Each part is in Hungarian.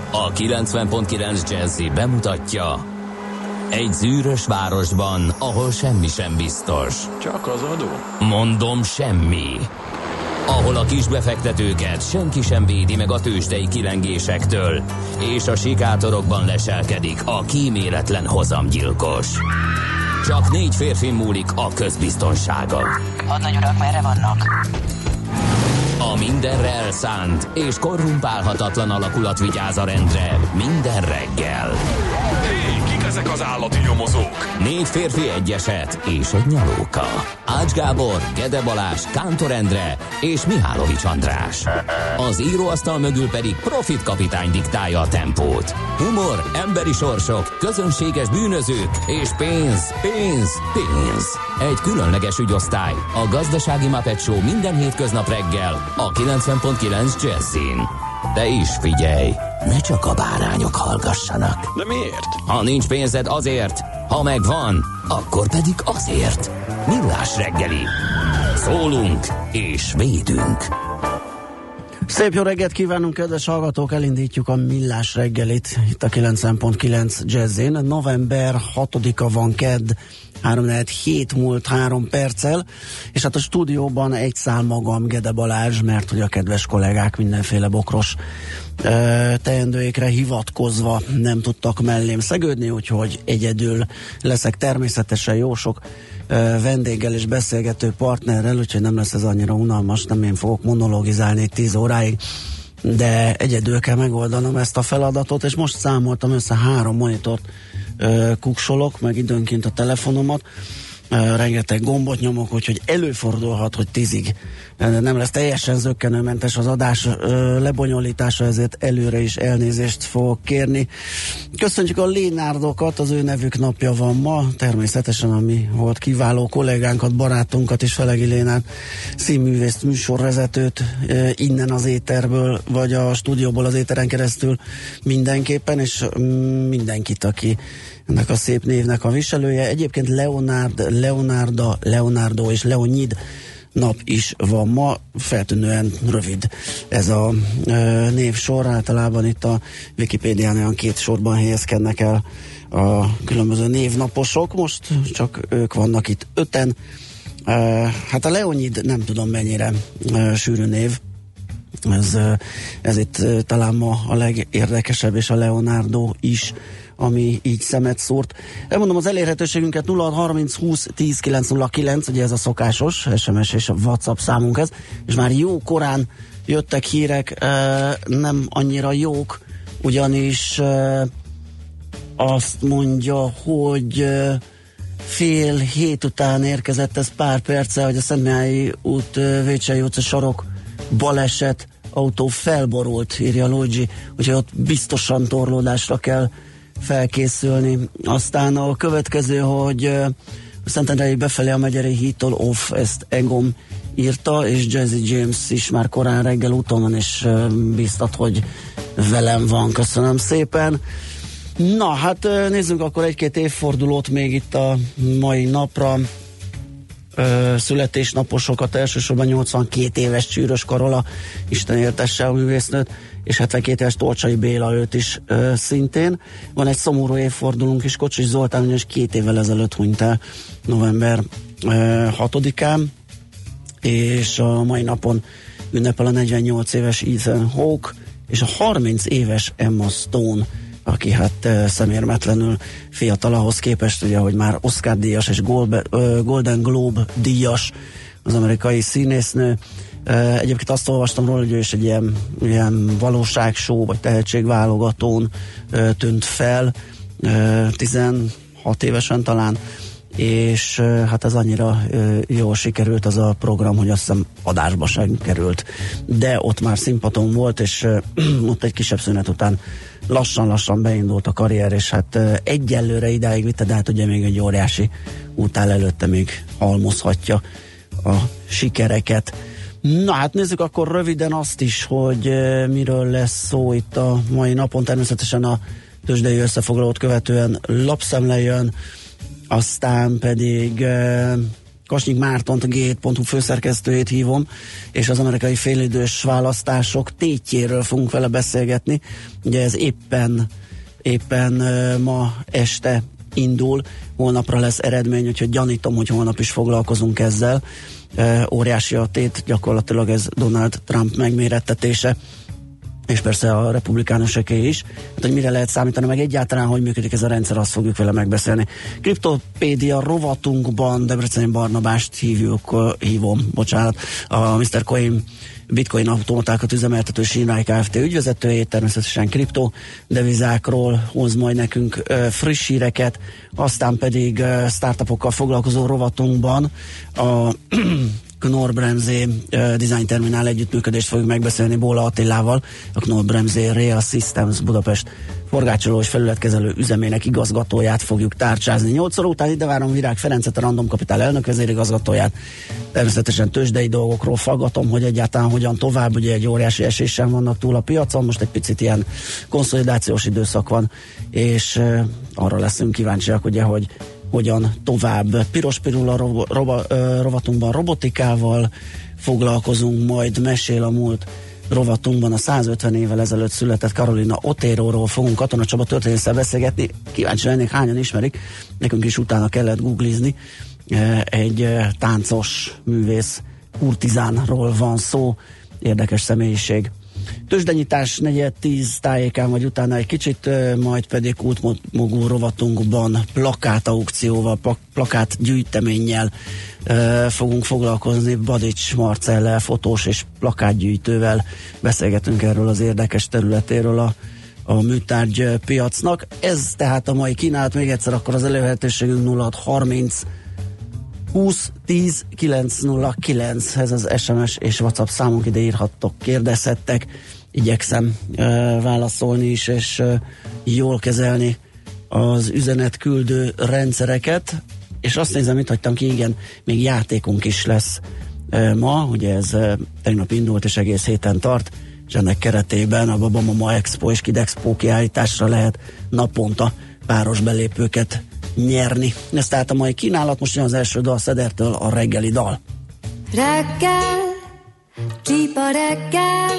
A 90.9 Jazzy bemutatja: egy zűrös városban, ahol semmi sem biztos. Csak az adó? Mondom, semmi. Ahol a kisbefektetőket senki sem védi meg a tőzsdei kilengésektől, és a sikátorokban leselkedik a kíméletlen hozamgyilkos. Csak 4 férfi múlik a közbiztonsága. Hadnagy urak, merre vannak? A mindenre elszánt és korrumpálhatatlan alakulat vigyáz a rendre minden reggel. Hé, kik ezek az állati nyomozók? 4 férfi, egy eset és egy nyalóka. Ács Gábor, Gede Balázs, Kántor Endre és Mihálovics András. Az íróasztal mögül pedig Profit kapitány diktálja a tempót. Humor, emberi sorsok, közönséges bűnözők és pénz, pénz, pénz. Egy különleges ügyosztály, a Gazdasági Muppet Show minden hétköznap reggel a 90.9 Jazzyn. De is figyelj, ne csak a bárányok hallgassanak. De miért? Ha nincs pénzed, azért, ha megvan, akkor pedig azért. Millás reggeli. Szólunk és védünk. Szép jó reggelt kívánunk, kedves hallgatók! Elindítjuk a Millás reggelit itt a 90.9 Jazzyn. November 6-a van, kedd, 3-7 múlt 3 perccel, és hát a stúdióban egy szál magam, Gede Balázs, mert hogy a kedves kollégák mindenféle bokros teendőikre hivatkozva nem tudtak mellém szegődni, úgyhogy egyedül leszek, természetesen jó sok vendéggel és beszélgető partnerrel, úgyhogy nem lesz ez annyira unalmas, nem én fogok monologizálni 10 óráig, de egyedül kell megoldanom ezt a feladatot, és most számoltam össze 3 monitort, kuksolok, meg időnként a telefonomat, rengeteg gombot nyomok, úgyhogy előfordulhat, hogy 10-ig nem lesz teljesen zökkenőmentes az adás lebonyolítása, ezért előre is elnézést fogok kérni. Köszönjük a Lénárdokat, az ő nevük napja van ma, természetesen a mi volt kiváló kollégánkat, barátunkat és Felegi Lénárd színművészt, műsorvezetőt innen az éterből, vagy a stúdióból az éteren keresztül mindenképpen, és mindenkit, aki ennek a szép névnek a viselője. Egyébként Leonardo és Leonid nap is van ma, feltűnően rövid ez a névsor, általában itt a Wikipédián olyan 2 sorban helyezkednek el a különböző névnaposok, most csak ők vannak itt 5-en. Hát a Leonid nem tudom mennyire sűrű név, ez itt talán ma a legérdekesebb, és a Leonardo is, ami így szemet szúrt. Elmondom az elérhetőségünket: 0630 20 10 909, ugye ez a szokásos SMS és a WhatsApp számunk ez, és már jó korán jöttek hírek, nem annyira jók, ugyanis azt mondja, hogy fél 7 után érkezett, ez pár perce, hogy a Szentmihályi út, Vécsei utca sarok baleset, autó felborult, írja Luigi, úgyhogy ott biztosan torlódásra kell felkészülni. Aztán a következő, hogy a Szentendrei befelé a Megyeri hídtól off, ezt Egom írta, és Jazzy James is már korán reggel úton van, és bíztat, hogy velem van. Köszönöm szépen. Na, hát nézzünk akkor 1-2 évfordulót még itt a mai napra. Születésnaposokat, elsősorban 82 éves Csűrös Karola, Isten éltesse a művésznőt, és 72 éves Tolcsai Béla, őt is szintén. Van egy szomorú évfordulónk is, Kocsis Zoltán, ugyanis 2 évvel ezelőtt hunyt el, november 6-án, és a mai napon ünnepel a 48 éves Ethan Hawke, és a 30 éves Emma Stone, aki hát szemérmetlenül fiatal ahhoz képest, ugye, hogy már Oscar díjas és Golden Globe díjas az amerikai színésznő. Egyébként azt olvastam róla, hogy ő is egy ilyen valóságshow vagy tehetségválogatón tűnt fel, 16 évesen talán, és hát ez annyira jól sikerült az a program, hogy azt hiszem adásba sem került, de ott már színpadon volt, és ott egy kisebb szünet után lassan beindult a karrier, és hát egyelőre idáig vitte, de hát ugye még egy óriási út áll előtte, még halmozhatja a sikereket. Na hát nézzük akkor röviden azt is, hogy miről lesz szó itt a mai napon. Természetesen a tőzsdei összefoglalót követően lapszemle jön, aztán pedig Kasnyik Mártont, a G7.hu főszerkesztőjét hívom, és az amerikai félidős választások tétjéről fogunk vele beszélgetni. Ugye ez éppen ma este indul, holnapra lesz eredmény, úgyhogy gyanítom, hogy holnap is foglalkozunk ezzel. Óriási a tét, gyakorlatilag ez Donald Trump megmérettetése, és persze a republikánusoké is. Hát, hogy mire lehet számítani, meg egyáltalán, hogy működik ez a rendszer, azt fogjuk vele megbeszélni. Kriptopédia rovatunkban Debreceni Barnabást hívom, a Mr. Coin bitcoin automatákat üzemeltető Sínai Kft. Ügyvezetőjét, természetesen kriptodevizákról hoz majd nekünk friss híreket, aztán pedig startupokkal foglalkozó rovatunkban a Knorr-Bremse Design Terminál együttműködést fogjuk megbeszélni Bóla Attilával, a Knorr-Bremse Real Systems Budapest forgácsoló és felületkezelő üzemének igazgatóját fogjuk tárcsázni. 8 óra után ide várom Virág Ferencet, a Random Capital elnök vezérigazgatóját. Természetesen tőzsdei dolgokról faggatom, hogy egyáltalán hogyan tovább, ugye egy óriási eséssel vannak túl a piacon, most egy picit ilyen konszolidációs időszak van, és arra leszünk kíváncsiak, ugye, hogy hogyan tovább. Piros Pirula rovatunkban robotikával foglalkozunk, majd mesél a múlt rovatunkban a 150 évvel ezelőtt született Carolina Oteroról fogunk Katona Csaba történésszel beszélgetni. Kíváncsi lennék, hányan ismerik, nekünk is utána kellett googlizni. Egy táncos művész, kurtizánról van szó, érdekes személyiség. Tőzsdenyítás 4:10 tájékán, vagy utána egy kicsit, majd pedig kultmogul rovatunkban plakátaukcióval, plakátgyűjteménnyel fogunk foglalkozni. Badics Marcellel, fotós és plakátgyűjtővel beszélgetünk erről az érdekes területéről a műtárgy piacnak. Ez tehát a mai kínálat. Még egyszer akkor az elérhetőségünk 0630 20 10 909, ez az SMS és WhatsApp számunk, ide írhattok, kérdezhettek, igyekszem válaszolni is, és jól kezelni az üzenetküldő rendszereket, és azt nézem, mit hagytam ki, igen, még játékunk is lesz ma, ugye ez tegnap indult és egész héten tart, és ennek keretében a Babamama Expo és Kid Expo kiállításra lehet naponta páros belépőket nyerni. Ez tehát a mai kínálat, most jön az első dal Szedertől, a reggeli dal. Reggel, csípa reggel,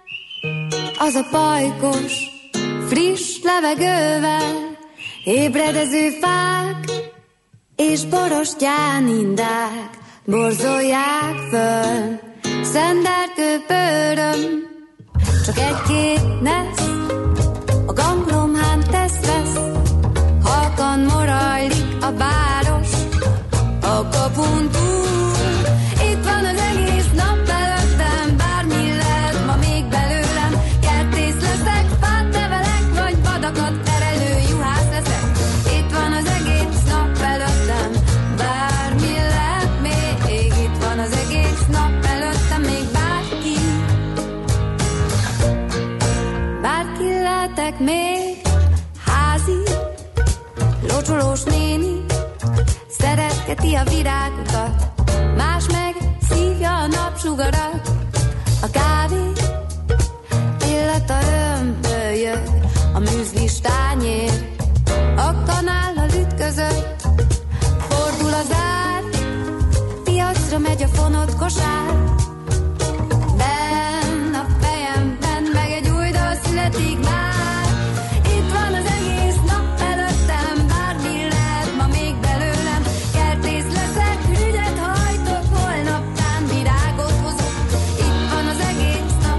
az a pajkos, friss levegővel, ébredező fák és borostyán indák borzolják föl. Szendertő pöröm, csak egy-két nesz, a ganglomhán tesz-vesz, halkan morajlik a város a kapun túl. Itt van az egész nap előttem, bármi lehet ma még belőlem. Kertész leszek, fát nevelek, vagy vadakat terelő juhász leszek. Itt van az egész nap előttem, bármi lehet még. Itt van az egész nap előttem, még bárki. Bárki lehetek még, házi, locsolós néni, szeretgeti a virágokat, más meg szívja a napsugarat. A kávé illata örömből jött, a műzlis tányér a kanállal ütközött. Fordul az ár, piacra megy a fonott kosár, benn a fejemben meg egy új dal születik már. Itt van az egész nap előttem, bármi lehet ma még belőlem. Kertész leszek, ügyet hajtok, holnaptán virágot hozok. Itt van az egész nap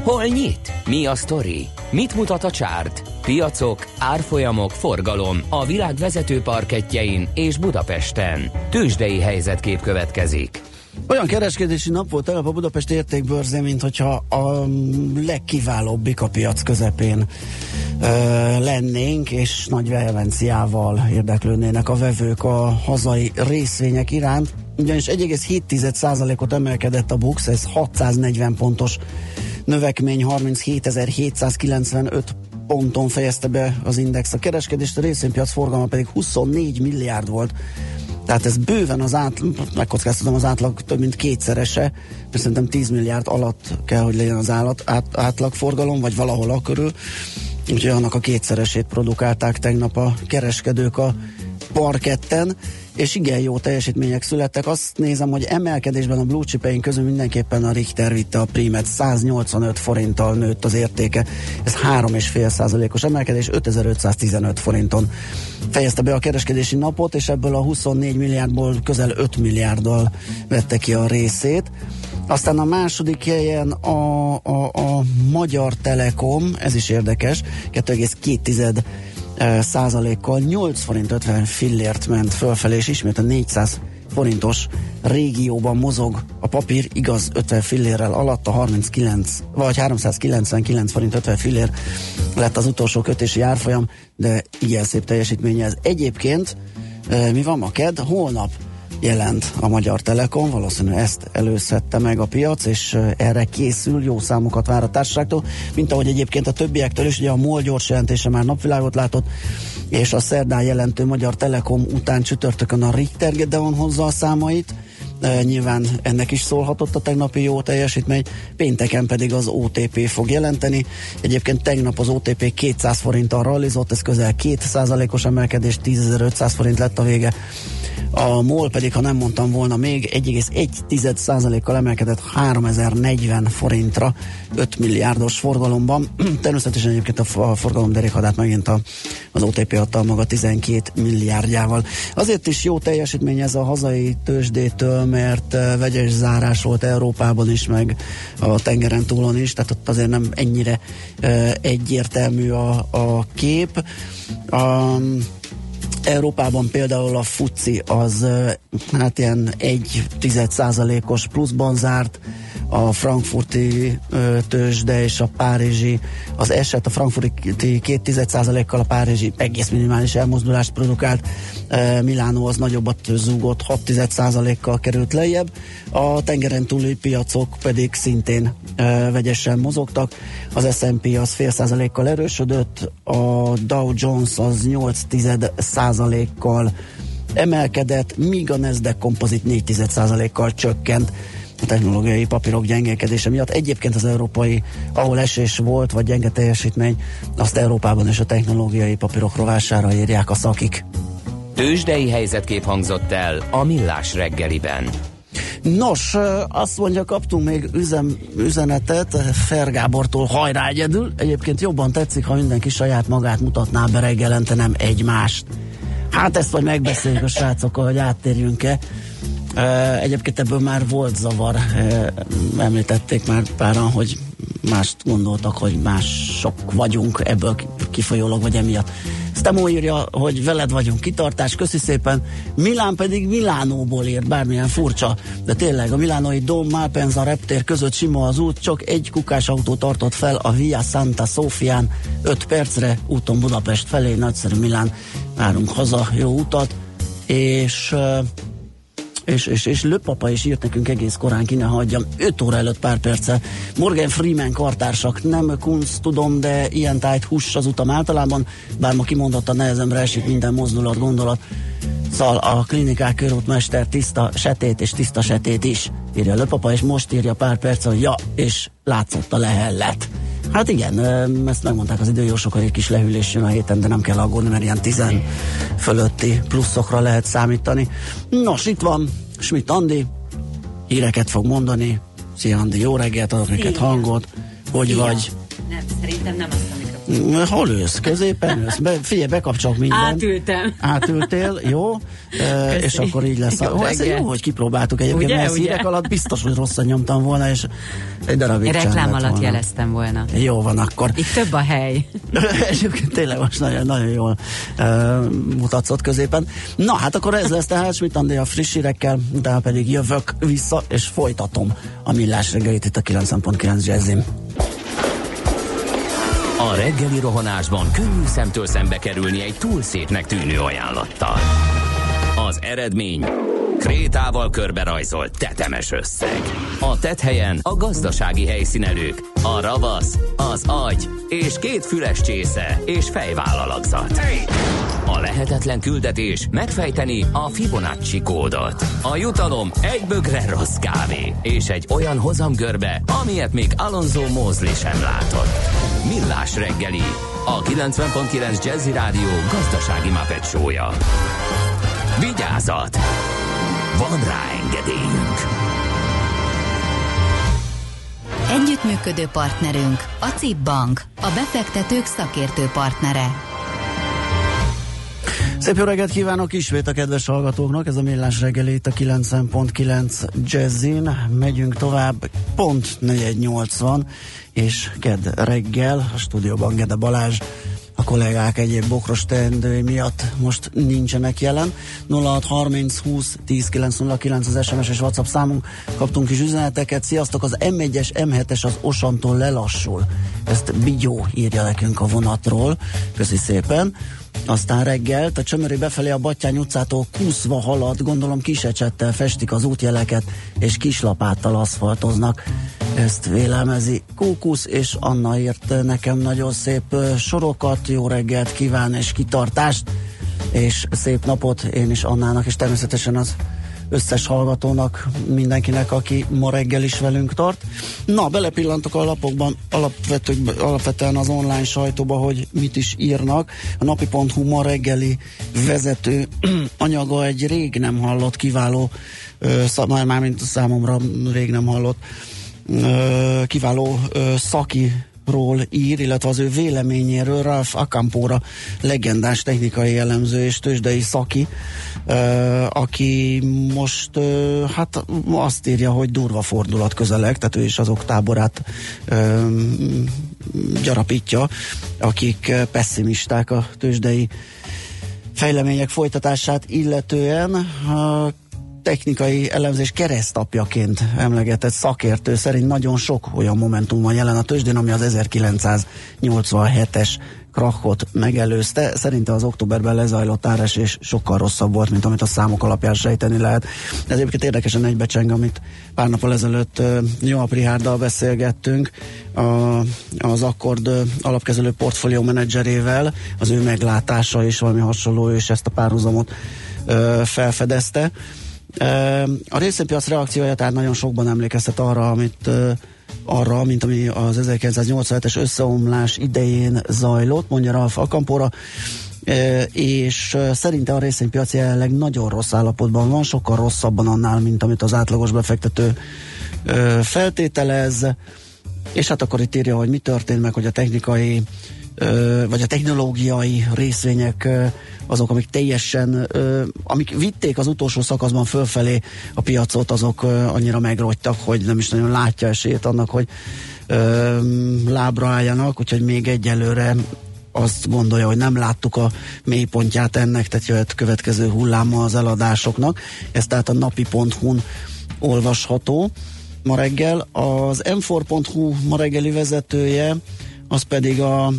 Hol nyit? Mi a sztori? Mit mutat a csárt? Piacok, árfolyamok, forgalom a világ vezető parkettjein és Budapesten. Tőzsdei helyzetkép következik. Olyan kereskedési nap volt tegnap a Budapest értékbörzén, mint hogyha a legkiválóbbik a piac közepén lennénk, és nagy vehemenciával érdeklődnének a vevők a hazai részvények iránt. Ugyanis 1,7%-ot emelkedett a BUX, ez 640 pontos növekmény, 37.795 ponton fejezte be az index a kereskedést, a részvénypiac forgalma pedig 24 milliárd volt. Tehát ez bőven megkockáztatom az átlag több mint kétszerese, mert szerintem 10 milliárd alatt kell, hogy legyen az átlagforgalom, vagy valahol a körül. Úgyhogy annak a kétszeresét produkálták tegnap a kereskedők a parketten, és igen jó teljesítmények születtek. Azt nézem, hogy emelkedésben a blue chipeink közül mindenképpen a Richter vitte a prímet, 185 forinttal nőtt az értéke. Ez 3,5%-os emelkedés, 5515 forinton fejezte be a kereskedési napot, és ebből a 24 milliárdból közel 5 milliárddal vette ki a részét. Aztán a második helyen a Magyar Telekom, ez is érdekes, 2,2%-kal 8 forint 50 fillért ment fölfelé, és ismét a 400 forintos régióban mozog a papír, igaz 50 fillérrel alatt, a 399 forint 50 fillér lett az utolsó kötési árfolyam, de igen szép teljesítménye ez. Egyébként mi van ma kedd? Holnap jelent a Magyar Telekom, valószínűleg ezt előszedte meg a piac, és erre készül, jó számokat vár a társaságtól, mint ahogy egyébként a többiektől is, ugye a MOL gyors jelentése már napvilágot látott, és a szerdán jelentő Magyar Telekom után csütörtökön a Richter Gedeon hozza a számait, nyilván ennek is szólhatott a tegnapi jó teljesítmény, pénteken pedig az OTP fog jelenteni. Egyébként tegnap az OTP 200 forinttal rallizott, ez közel 2%-os emelkedés, 10.500 forint lett a vége. A MOL pedig, ha nem mondtam volna még, 1,1%-kal emelkedett 3040 forintra 5 milliárdos forgalomban. Természetesen egyébként a forgalom derékhadát megint az OTP adta maga 12 milliárdjával. Azért is jó teljesítmény ez a hazai tőzsdétől, mert vegyes zárás volt Európában is, meg a tengeren túlon is, tehát ott azért nem ennyire egyértelmű a kép. Európában például a FTSE az hát ilyen 1,1%-os pluszban zárt, a frankfurti tőzsde és a párizsi, az eset a frankfurti 2,1%-kal, a párizsi egész minimális elmozdulást produkált, Milánó az nagyobbat zúgott, 6,1%-kal került lejjebb, a tengeren túli piacok pedig szintén vegyesen mozogtak, az S&P az 0,5%-kal erősödött, a Dow Jones az 0,8%-kal emelkedett, míg a Nasdaq Composite 4,1%-kal csökkent a technológiai papírok gyengélkedése miatt. Egyébként az európai, ahol esés volt, vagy gyenge teljesítmény, azt Európában és a technológiai papírok rovására írják a szakik. Tőzsdei helyzetkép hangzott el a Millás reggeliben. Nos, azt mondja, kaptunk még üzenetet Fergábortól, hajrá egyedül. Egyébként jobban tetszik, ha mindenki saját magát mutatná be reggelente, nem egymást. Hát ezt majd megbeszéljük a srácokkal, hogy áttérjünk-e. Egyébként ebből már volt zavar, említették már páran, hogy mást gondoltak, hogy mások vagyunk ebből kifolyólag, vagy emiatt. Stemo írja, hogy veled vagyunk, kitartás, köszi szépen. Milán pedig Milánóból írt, bármilyen furcsa, de tényleg a milánói Dom Malpensa reptér között sima az út, csak egy kukás autó tartott fel a Via Santa Sofián 5 percre, úton Budapest felé, nagyszerű Milán, várunk haza, jó utat, és Löpapa is írt nekünk egész korán, ki ne hagyjam, 5 óra előtt pár perccel. Morgan Freeman kartársak, nem kunst, tudom, de ilyen tájt hús az utam általában, bár ma kimondottan nehezemre esik minden mozdulat, gondolat. Szóval a klinikák körútmester tiszta setét és tiszta setét is, írja Löpapa, és most írja pár perccel, hogy ja, és látszott a lehellet. Hát igen, ezt megmondták az időjósok, hogy egy kis lehűlés jön a héten, de nem kell aggódni, mert ilyen 10 fölötti pluszokra lehet számítani. Nos, itt van Schmidt Andi, híreket fog mondani. Szia Andi, jó reggelt, adok neked hangot. Hogy vagy? Nem, szerintem nem azt a mikrofon. Hol ülsz? Középen ülsz? Figyelj, bekapcsolok mindent. Átültél, jó? És akkor így lesz. Ez jó, hogy kipróbáltuk egyébként, mert hírek alatt biztos, hogy rosszan nyomtam volna, és egy darabig reklám alatt volna. Jeleztem volna. Jó van akkor. Itt több a hely. Egyébként tényleg most nagyon jól mutatsz ott középen. Na, hát akkor ez lesz tehát Schmidt Andi a friss hírekkel, utána pedig jövök vissza, és folytatom a Millás reggelit itt a 9.9 Jazzin. A reggeli rohanásban könnyű szemtől szembe kerülni egy túl szépnek tűnő ajánlattal. Az eredmény krétával körberajzolt tetemes összeg. A tetthelyen a gazdasági helyszínelők, a ravasz, az agy és 2 füles csésze és fejvállalakzat. A lehetetlen küldetés megfejteni a Fibonacci kódot. A jutalom egy bögre rossz kávé és egy olyan hozamgörbe, amilyet még Alonso Mosley sem látott. Millás reggeli, a 90.9 Jazzy Rádió gazdasági Muppet show-ja. Vigyázat! Van rá engedélyünk! Együttműködő partnerünk a CIP Bank, a befektetők szakértő partnere. Szép jó reggelt kívánok ismét a kedves hallgatóknak, ez a Millás reggeli itt a 90.9 Jazzin. Megyünk tovább, pont 480, és kedd reggel a stúdióban Gede Balázs. A kollégák egyéb bokros teendői miatt most nincsenek jelen. 0630 20 10 909 az SMS és WhatsApp számunk. Kaptunk is üzeneteket. Sziasztok, az M1-es, M7-es az Osantól lelassul. Ezt Bigyó írja nekünk a vonatról. Köszi szépen. Aztán reggelt a Csömöri befelé a Battyány utcától kúszva halad, gondolom kisecsettel festik az útjeleket, és kislapáttal aszfaltoznak. Ezt vélelmezi Kókusz, és Anna írt nekem nagyon szép sorokat, jó reggelt kíván, és kitartást, és szép napot én is Annának, és természetesen az összes hallgatónak, mindenkinek, aki ma reggel is velünk tart. Na, belepillantok a lapokban, alapvetően az online sajtóba, hogy mit is írnak. A napi.hu ma reggeli vezető anyaga egy rég nem hallott, kiváló, mármint számomra rég nem hallott, kiváló szakiról ír, illetve az ő véleményéről. Ralph Acampora, legendás technikai elemző és tőzsdei szaki, aki most hát azt írja, hogy durva fordulat közeleg, tehát ő is azok táborát gyarapítja, akik pessimisták a tőzsdei fejlemények folytatását illetően. Technikai elemzés keresztapjaként emlegetett szakértő szerint nagyon sok olyan momentum van jelen a tőzsdén, ami az 1987-es krachot megelőzte. Szerinte az októberben lezajlott áresés sokkal rosszabb volt, mint amit a számok alapján sejteni lehet. Ez egyébként érdekesen egybecseng, amit pár nappal ezelőtt Joab Richárddal beszélgettünk, az Akkord alapkezelő portfólió menedzserével, az ő meglátása is valami hasonló, és ezt a párhuzamot felfedezte. A részvénypiac reakciója tehát nagyon sokban emlékeztet arra, mint ami az 1987-es összeomlás idején zajlott, mondja Ralph Acampora, és szerinte a részvénypiac jelenleg nagyon rossz állapotban van, sokkal rosszabban annál, mint amit az átlagos befektető feltételez, és hát akkor itt írja, hogy mi történt meg, hogy a technikai vagy a technológiai részvények azok, amik teljesen, amik vitték az utolsó szakaszban fölfelé a piacot, azok annyira megrogytak, hogy nem is nagyon látja esélyt annak, hogy lábra álljanak, úgyhogy még egyelőre azt gondolja, hogy nem láttuk a mélypontját ennek, tehát jöhet következő hulláma az eladásoknak. Ez tehát a napi.hu-n olvasható ma reggel. Az m4.hu ma reggeli vezetője, az pedig a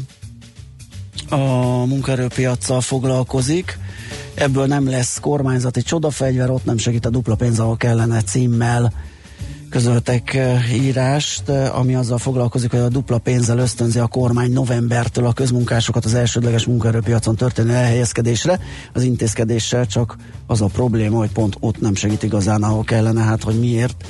munkaerőpiaccal foglalkozik. Ebből nem lesz kormányzati csodafegyver, ott nem segít a dupla pénz, ahol kellene címmel közöltek írást, ami azzal foglalkozik, hogy a dupla pénzzel ösztönzi a kormány novembertől a közmunkásokat az elsődleges munkaerőpiacon történő elhelyezkedésre. Az intézkedéssel csak az a probléma, hogy pont ott nem segít igazán, ahol kellene. Hát, hogy miért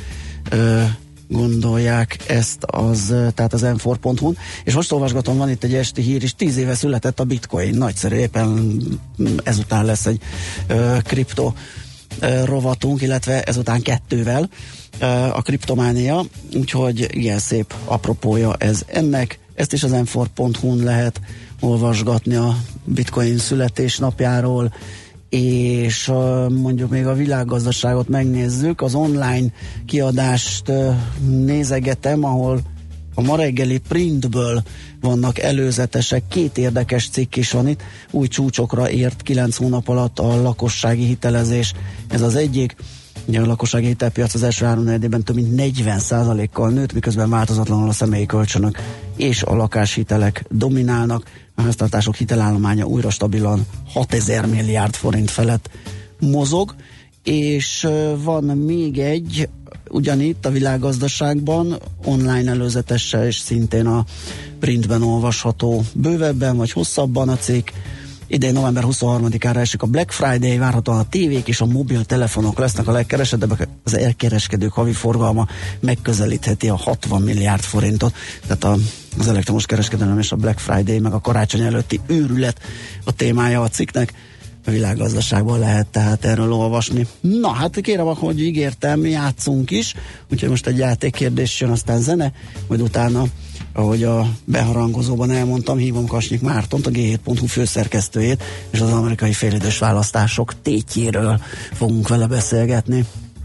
gondolják ezt, tehát az m4.hu-n. És most olvasgatom, van itt egy esti hír is, 10 éve született a bitcoin, nagyszerű, éppen ezután lesz egy kripto rovatunk, illetve ezután 2-vel a kriptománia, úgyhogy ilyen szép apropója ez ennek. Ezt is az m4.hu-n lehet olvasgatni a bitcoin születésnapjáról, és mondjuk még a világgazdaságot megnézzük, az online kiadást nézegetem, ahol a ma reggeli printből vannak előzetesek, 2 érdekes cikk is van itt, új csúcsokra ért 9 hónap alatt a lakossági hitelezés, ez az egyik. Ugye a lakossági hitelpiac az első 3 negyedében több mint 40%-kal nőtt, miközben változatlanul a személyi kölcsönök és a lakáshitelek dominálnak. A háztartások hitelállománya újra stabilan 6000 milliárd forint felett mozog, és van még egy, ugyanitt a világgazdaságban, online előzetessel és szintén a printben olvasható bővebben vagy hosszabban a cikk. Idén november 23-ára esik a Black Friday, várhatóan a tévék és a mobiltelefonok lesznek a legkeresedebbek, az elkereskedők havi forgalma megközelítheti a 60 milliárd forintot, tehát az elektromos kereskedelem és a Black Friday meg a karácsony előtti őrület a témája a cikknek. A világgazdaságban lehet tehát erről olvasni. Na, hát kérem, ahogy ígértem, játszunk is, úgyhogy most egy játékkérdés jön, aztán zene, majd utána, ahogy a beharangozóban elmondtam, hívom Kasnyik Mártont, a G7.hu főszerkesztőjét, és az amerikai félidős választások tétjéről fogunk vele beszélgetni.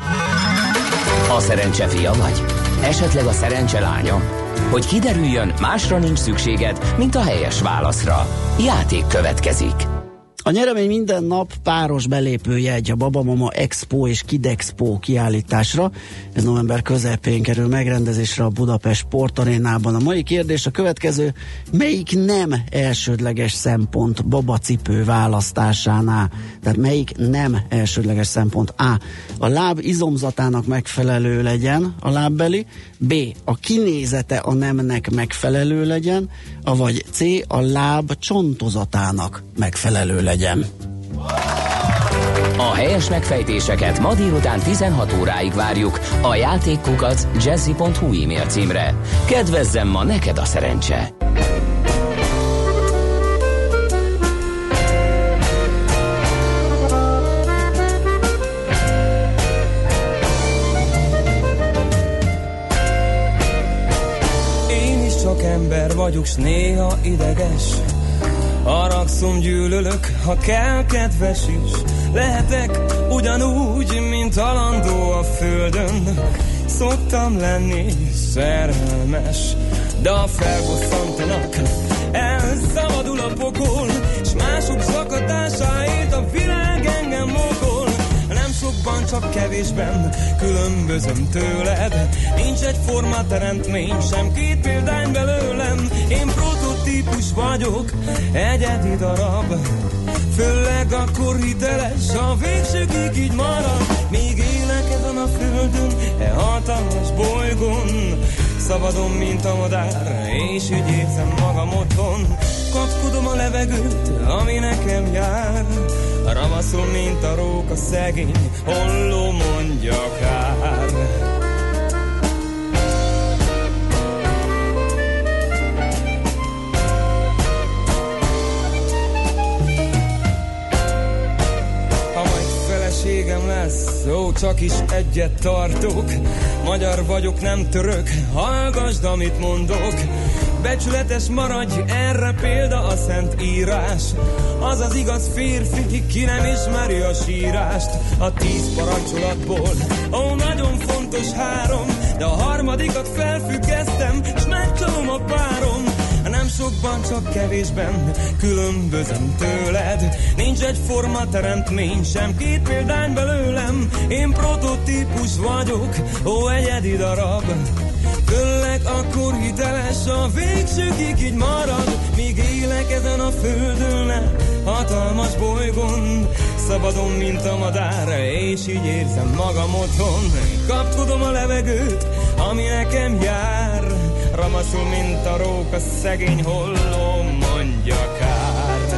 A szerencse fia vagy? Esetleg a szerencse lánya? Hogy kiderüljön, másra nincs szükséged, mint a helyes válaszra. Játék következik. A nyeremény minden nap páros belépőjegy a Babamama Expo és Kidexpo kiállításra. Ez november közepén kerül megrendezésre a Budapest Sportarénában. A mai kérdés a következő: melyik nem elsődleges szempont babacipő választásánál? Tehát melyik nem elsődleges szempont? A. A láb izomzatának megfelelő legyen a lábbeli, B. A kinézete a nemnek megfelelő legyen, vagy C. A láb csontozatának megfelelő legyen. A helyes megfejtéseket ma délután 16 óráig várjuk a játékkukac@jazzy.hu e-mail címre. Kedvezzem ma neked a szerencse! Én is csak ember vagyok, s néha ideges. Haragszom, gyűlölök, ha kell, kedves is. Lehetek ugyanúgy, mint halandó a földön. Szoktam lenni szerelmes, de ha felbosszantanak, elszabadul a pokol, s mások zakatásáért a világ engem mogol. Nem sokban, csak kevésben különbözöm tőled. Nincs egyforma teremtmény, sem 2 példány belőlem. Én prototípus vagyok, egyedi darab. Főleg akkor hiteles, a végsőkig így marad. Még élek ezen a földön, hatalmas bolygón. Szabadon, mint a madár, és úgy érzem magam otthon. Kapkodom a levegőt, ami nekem jár. Ravaszol, mint a róka szegény, holló mondja kár. Ha majd feleségem lesz, ó, csak is egyet tartok. Magyar vagyok, nem török, hallgasd, amit mondok. Becsületes maradj, erre példa a Szent Írás. Az az igaz férfi, ki nem ismeri a sírást. A 10 parancsolatból, ó, nagyon fontos 3, de a 3. felfüggesztem, s megcsalom a párom. Nem sokban, csak kevésben különbözöm tőled. Nincs egyforma teremtmény, sem 2 példány belőlem. Én prototípus vagyok, ó, egyedi darab. Főleg akkor hiteles, a végsőkig így marad. Míg élek ezen a földön, hatalmas bolygón. Szabadon, mint a madár, és így érzem magam otthon. Kapkodom a levegőt, ami nekem jár. Ramaszul, mint a róka szegény, holló mondja kár.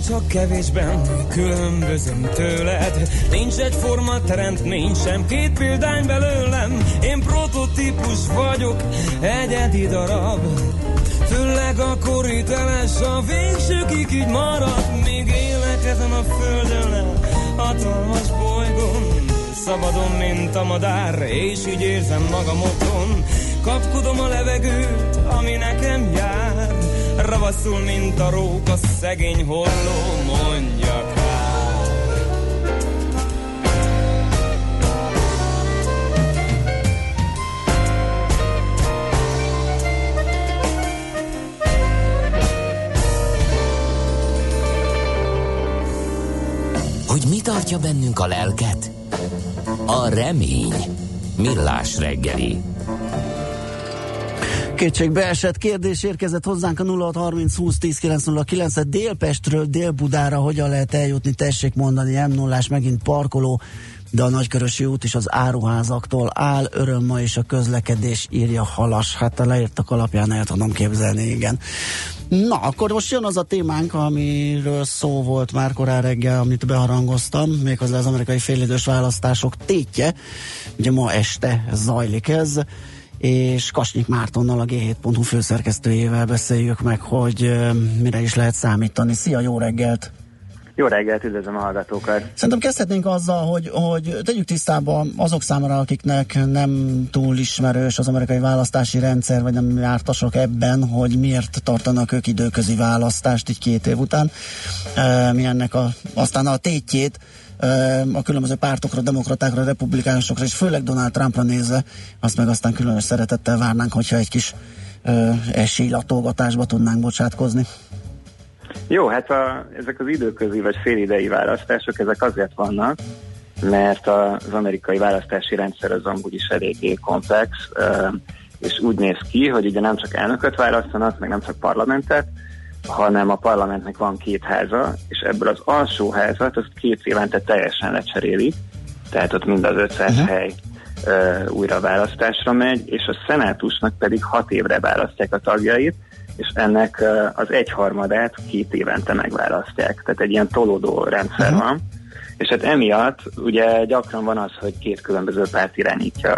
csak kevésben különbözöm tőled. Nincs egyforma teremtmény, sem két példány belőlem. Én prototípus vagyok, egyedi darab. Főleg akkor hiteles, a végsőkig így marad. Még élek ezen a földön, hatalmas bolygón. Szabadon, mint a madár, és így érzem magam otthon. Kapkodom a levegőt, ami nekem jár. Ravaszul, mint a róka, szegény holló, mondja kár. Hogy mi tartja bennünk a lelket? A remény. Millás reggeli. Kétségbeesett kérdés érkezett hozzánk a 0630 20 10 909. Délpestről Dél-Budára hogyan lehet eljutni, tessék mondani, M0-ás megint parkoló, de a Nagykörösi út is az áruházaktól áll, öröm ma és a közlekedés, írja Halas. Hát a leírtak alapján el tudom képzelni, igen. Na, akkor most jön az a témánk, amiről szó volt már korán reggel, amit beharangoztam, méghozzá az amerikai félidős választások tétje. Ugye ma este zajlik ez, és Kasnyik Mártonnal, a G7.hu főszerkesztőjével beszéljük meg, hogy mire is lehet számítani. Szia, jó reggelt! Jó reggelt, üdvözlöm a hallgatókat! Szerintem kezdhetnénk azzal, hogy tegyük tisztában azok számára, akiknek nem túl ismerős az amerikai választási rendszer, vagy nem jártasok ebben, hogy miért tartanak ők időközi választást így 2 év után. Mi ennek aztán a tétjét a különböző pártokra, demokratákra, republikánusokra, és főleg Donald Trumpra nézve, azt meg aztán különös szeretettel várnánk, hogyha egy kis esélylatolgatásba tudnánk bocsátkozni. Jó, hát ezek az időközi vagy félidei választások, ezek azért vannak, mert az amerikai választási rendszer az amúgy is eléggé komplex, és úgy néz ki, hogy ugye nem csak elnököt választanak, meg nem csak parlamentet, hanem a parlamentnek van 2 háza, és ebből az alsó házat azt 2 évente teljesen lecserélik, tehát ott mind az 500 hely újra választásra megy, és a szenátusnak pedig 6 évre választják a tagjait, és ennek az 1/3 2 évente megválasztják. Tehát egy ilyen tolódó rendszer van. És hát emiatt ugye gyakran van az, hogy 2 különböző párt irányítja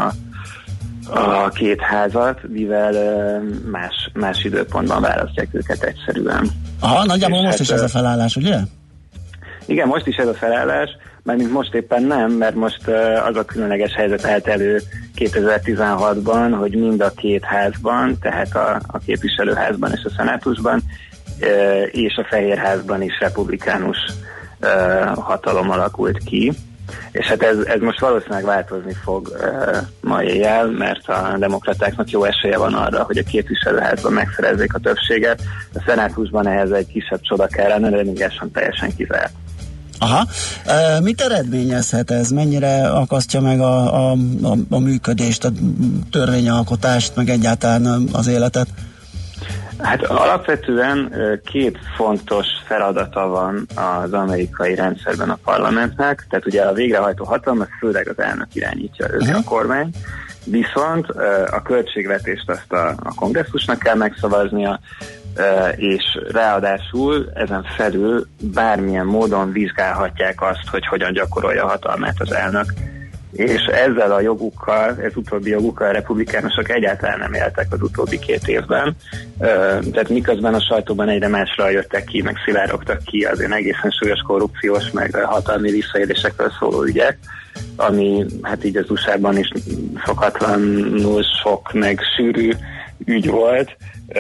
a 2 házat, mivel más időpontban választják őket egyszerűen. Aha, nagyjából most is ez a felállás, ugye? Igen, most is ez a felállás, mármint most éppen nem, mert most az a különleges helyzet állt elő 2016-ban, hogy mind a 2 házban, tehát a képviselőházban és a szenátusban, és a Fehérházban is republikánus hatalom alakult ki. És hát ez most valószínűleg változni fog ma éjjel, mert a demokratáknak jó esélye van arra, hogy a képviselőházban megszerezzék a többséget. A szenátusban ehhez egy kisebb csoda kellene, de még ez sem teljesen kizárt. Aha. Mit eredményezhet ez? Mennyire akasztja meg a működést, a törvényalkotást, meg egyáltalán az életet? Hát alapvetően 2 fontos feladata van az amerikai rendszerben a parlamentnek, tehát ugye a végrehajtó hatalmat főleg az elnök irányítja, ő a kormány, viszont a költségvetést azt a kongresszusnak kell megszavaznia, és ráadásul ezen felül bármilyen módon vizsgálhatják azt, hogy hogyan gyakorolja a hatalmát az elnök. És ezzel a jogukkal, ez utóbbi jogukkal a republikánusok egyáltalán nem éltek az utóbbi 2 évben. Tehát miközben a sajtóban egyre másra jöttek ki, meg szivárogtak ki azért egészen súlyos korrupciós, meg hatalmi visszaélésekről szóló ügyek, ami hát így az USA-ban is szokatlanul sok, meg sűrű ügy volt.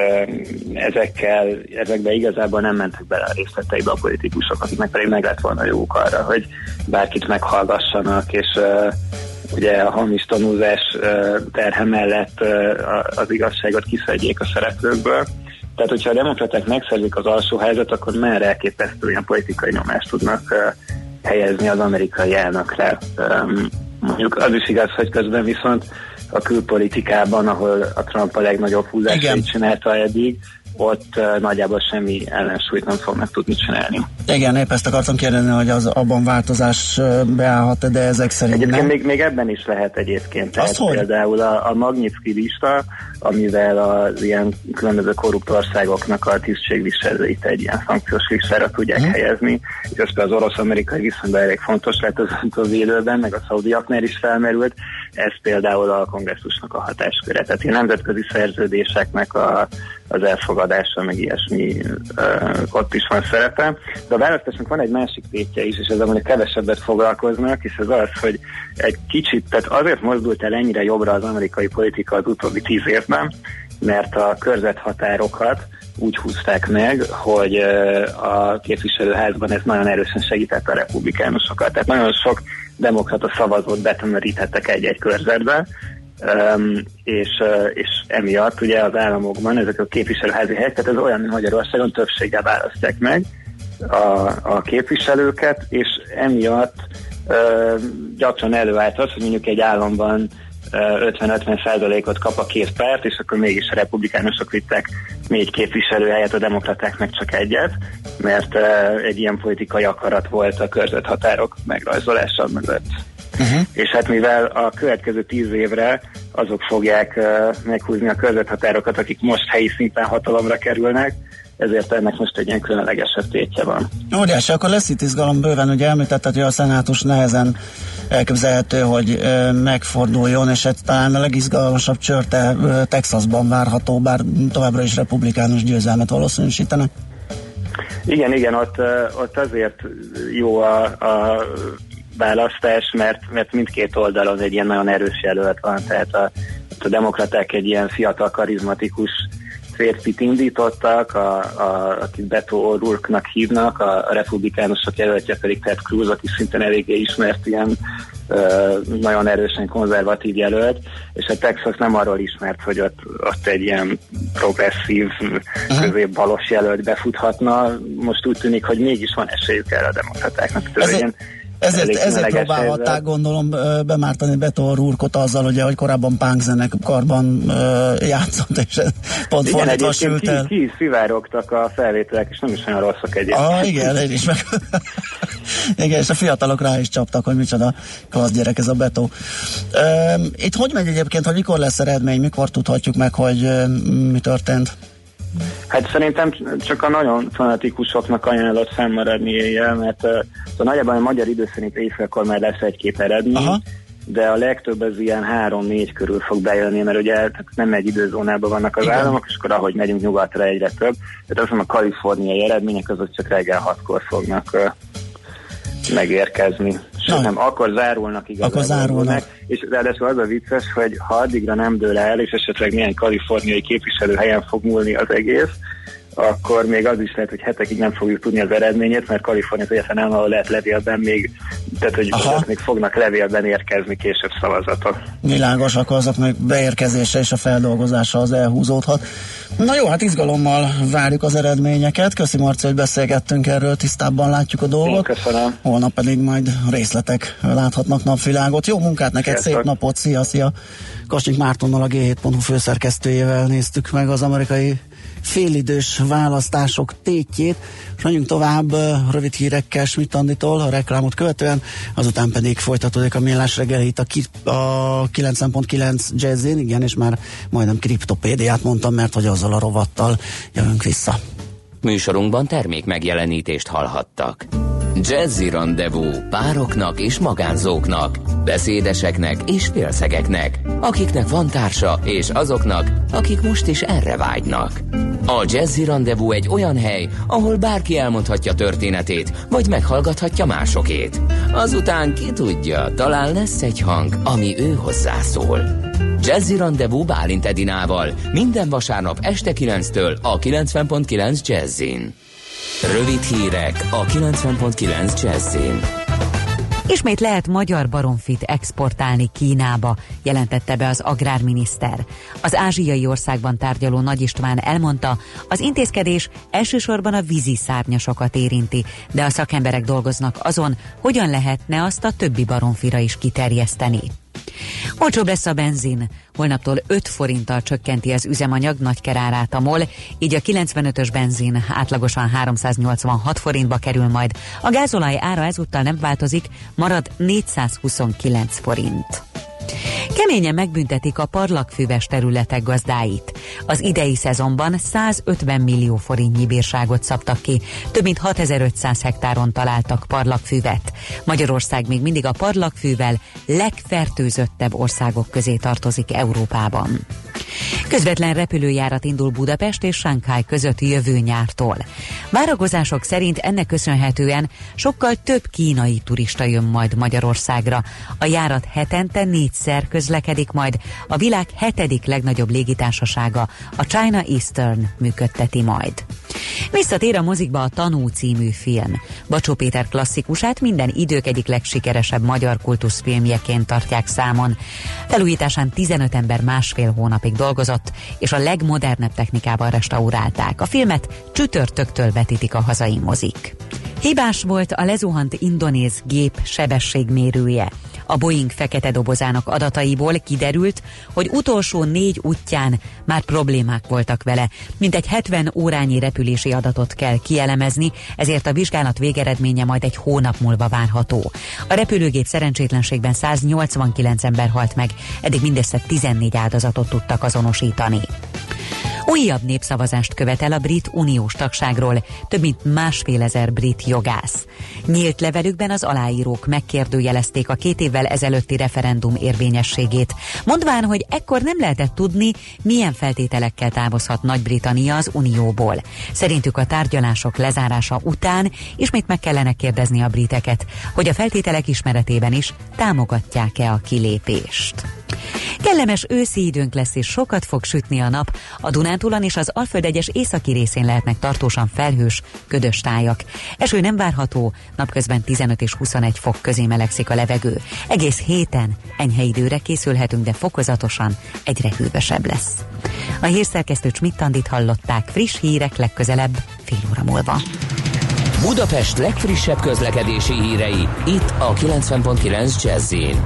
Ezekbe igazából nem mentek bele a részleteibe a politikusok, akiknek pedig meg lett volna jók arra, hogy bárkit meghallgassanak, és ugye a hamis tanúzás terhe mellett az igazságot kiszedjék a szereplőkből. Tehát, hogyha a demokraták megszerzik az alsóházat, akkor már elképesztő ilyen politikai nyomást tudnak helyezni az amerikai elnökre. Mondjuk az is igaz, hogy közben viszont a külpolitikában, ahol a Trump a legnagyobb húzásait csinálta eddig, ott nagyjából semmi ellensúlyt nem fognak tudni csinálni. Igen, épp ezt akartam kérdezni, hogy abban változás beállhat, de ezek szerint egyébként még ebben is lehet egyébként. Tehát például a Magnitsky lista, amivel az ilyen különböző korrupt országoknak a tisztségviselőit egy ilyen szankciós listára tudják helyezni, és ez az orosz-amerikai viszonyban elég fontos lett az utóbbi időben, meg a szaudiaknál is felmerült. Ez például a kongresszusnak a hatásköre. Tehát a nemzetközi szerződéseknek az elfogadása, meg ilyesmi ott is van szerepe. De a választásnak van egy másik tétje is, és ezzel mondjuk kevesebbet foglalkoznak, és ez az, hogy egy kicsit, tehát azért mozdult el ennyire jobbra az amerikai politika az utóbbi 10 évben, mert a körzethatárokat úgy húzták meg, hogy a képviselőházban ez nagyon erősen segítette a republikánusokat. Tehát nagyon sok demokrata szavazót betömörítettek egy-egy körzetbe, és emiatt ugye az államokban ezek a képviselőházi helyek, tehát ez olyan, mint Magyarországon többséggel választják meg a képviselőket, és emiatt gyakran előállt az, hogy mondjuk egy államban 50-50%-ot kap a két párt, és akkor mégis a republikánusok vittek 4 képviselőhelyet, a demokratáknak csak egyet, mert egy ilyen politikai akarat volt a körzethatárok megrajzolása mögött. És hát mivel a következő 10 évre azok fogják meghúzni a körzethatárokat, akik most helyi szinten hatalomra kerülnek, ezért ennek most egy ilyen különlegesebb tétje van. Óriási, akkor lesz itt izgalom bőven, ugye említetted, hogy a szenátus nehezen elképzelhető, hogy megforduljon, és talán a legizgalmasabb csörte Texasban várható, bár továbbra is republikánus győzelmet valószínűsítenek. Igen, ott azért jó a választás, mert mindkét oldalon egy ilyen nagyon erős jelölt van, tehát a demokraták egy ilyen fiatal, karizmatikus férfit indítottak, akit Beto O'Rourke-nak hívnak, a republikánusok jelöltje pedig Ted Cruz, aki szintén eléggé ismert ilyen nagyon erősen konzervatív jelölt, és a Texas nem arról ismert, hogy ott egy ilyen progresszív, középbalos jelölt befuthatna. Most úgy tűnik, hogy mégis van esélyük erre a demokratáknak. Ezért próbálhatták, gondolom, bemártani Beto O'Rourke-ot azzal, ugye, hogy korábban punkzenekarban játszott, és pont fordítva sült el. Ki is szivárogtak a felvételek, és nem is olyan rosszak egyébként. Igen, én is meg. Igen, és a fiatalok rá is csaptak, hogy micsoda klasszgyerek ez a Beto. Itt hogy megy egyébként, hogy mikor lesz eredmény, mikor tudhatjuk meg, hogy mi történt? Hát szerintem csak a nagyon fanatikusoknak ajánlott fennmaradni éjjel, mert nagyjából a magyar idő szerint éjfélkor már lesz egy-két eredmény, de a legtöbb az ilyen 3-4 körül fog bejönni, mert ugye nem egy időzónában vannak az államok, és akkor ahogy megyünk nyugatra egyre több, tehát azon a kaliforniai eredmények azok csak reggel 6-kor fognak megérkezni. Sőt, nem, akkor zárulnak igazából. És ráadásul az a vicces, hogy ha addigra nem dől el, és esetleg milyen kaliforniai képviselőhelyen fog múlni az egész, akkor még az is lehet, hogy hetekig nem fogjuk tudni az eredményét, mert Kalifornia az egyetlen nem, ahol lehet levélben még, tehát hogy még fognak levélben érkezni később szavazatok. Világos, akkor azok még beérkezése és a feldolgozása az elhúzódhat. Na jó, hát izgalommal várjuk az eredményeket. Köszi, Marci, hogy beszélgettünk erről, tisztábban látjuk a dolgot. Köszönöm. Holnap pedig majd részletek láthatnak napvilágot. Jó munkát neked, szép napot, szia! Kasnyik Mártonnal, a G7.hu főszerkesztőjével néztük meg az amerikai félidős választások tétjét, és menjünk tovább rövid hírekkel Schmidt Anditól, a reklámot követően, azután pedig folytatódik a Millás reggeli itt a 90.9 Jazzin, igen, és már majdnem kriptopédiát mondtam, mert hogy azzal a rovattal jövünk vissza. Műsorunkban termék megjelenítést hallhattak. Jazzy Rendezvú pároknak és magánzóknak, beszédeseknek és félszegeknek, akiknek van társa, és azoknak, akik most is erre vágynak. A Jazzy Rendezvú egy olyan hely, ahol bárki elmondhatja történetét, vagy meghallgathatja másokét. Azután ki tudja, talán lesz egy hang, ami ő hozzászól. Jazzy Rendezvú Bálint Edinával minden vasárnap este 9-től a 90.9 Jazzin. Rövid hírek a 90.9 Jazzin. Ismét lehet magyar baromfit exportálni Kínába, jelentette be az agrárminiszter. Az ázsiai országban tárgyaló Nagy István elmondta, az intézkedés elsősorban a vízi szárnyasokat érinti, de a szakemberek dolgoznak azon, hogyan lehetne azt a többi baromfira is kiterjeszteni. Olcsóbb lesz a benzin. Holnaptól 5 forinttal csökkenti az üzemanyag Nagykerárát a MOL, így a 95-ös benzin átlagosan 386 forintba kerül majd. A gázolaj ára ezúttal nem változik, marad 429 forint. Keményen megbüntetik a parlagfüves területek gazdáit. Az idei szezonban 150 millió forintnyi bírságot szabtak ki, több mint 6500 hektáron találtak parlagfüvet. Magyarország még mindig a parlagfűvel legfertőzöttebb országok közé tartozik Európában. Közvetlen repülőjárat indul Budapest és Shanghai között jövő nyártól. Várakozások szerint ennek köszönhetően sokkal több kínai turista jön majd Magyarországra. A járat hetente 4-szer közlekedik majd, a világ 7. legnagyobb légitársasága, a China Eastern működteti majd. Visszatér a mozikba a Tanú című film. Bacsó Péter klasszikusát minden idők egyik legsikeresebb magyar kultuszfilmjeként tartják számon. Felújításán 15 ember másfél hónapig dolgozott, és a legmodernebb technikával restaurálták. A filmet csütörtöktől vetítik a hazai mozik. Hibás volt a lezuhant indonéz gép sebességmérője. A Boeing fekete dobozának adataiból kiderült, hogy utolsó 4 útján már problémák voltak vele. Mintegy 70 órányi repülési adatot kell kielemezni, ezért a vizsgálat végeredménye majd egy hónap múlva várható. A repülőgép szerencsétlenségben 189 ember halt meg, eddig mindössze 14 áldozatot tudtak azonosítani. Újabb népszavazást követel a brit uniós tagságról több mint 1500 brit jogász. Nyílt levelükben az aláírók megkérdőjelezték a 2 évvel ezelőtti referendum érvényességét, mondván, hogy ekkor nem lehetett tudni, milyen feltételekkel távozhat Nagy-Britannia az unióból. Szerintük a tárgyalások lezárása után ismét meg kellene kérdezni a briteket, hogy a feltételek ismeretében is támogatják-e a kilépést. Kellemes őszi időnk lesz, és sokat fog sütni a nap. A Dunántúlon és az Alföld egyes északi részén lehetnek tartósan felhős, ködös tájak. Eső nem várható, napközben 15 és 21 fok közé melegszik a levegő. Egész héten enyhe időre készülhetünk, de fokozatosan egyre hűvösebb lesz. A hírszerkesztő Schmidt-Andit hallották, friss hírek legközelebb fél óra múlva. Budapest legfrissebb közlekedési hírei, itt a 90.9 Jazz-in.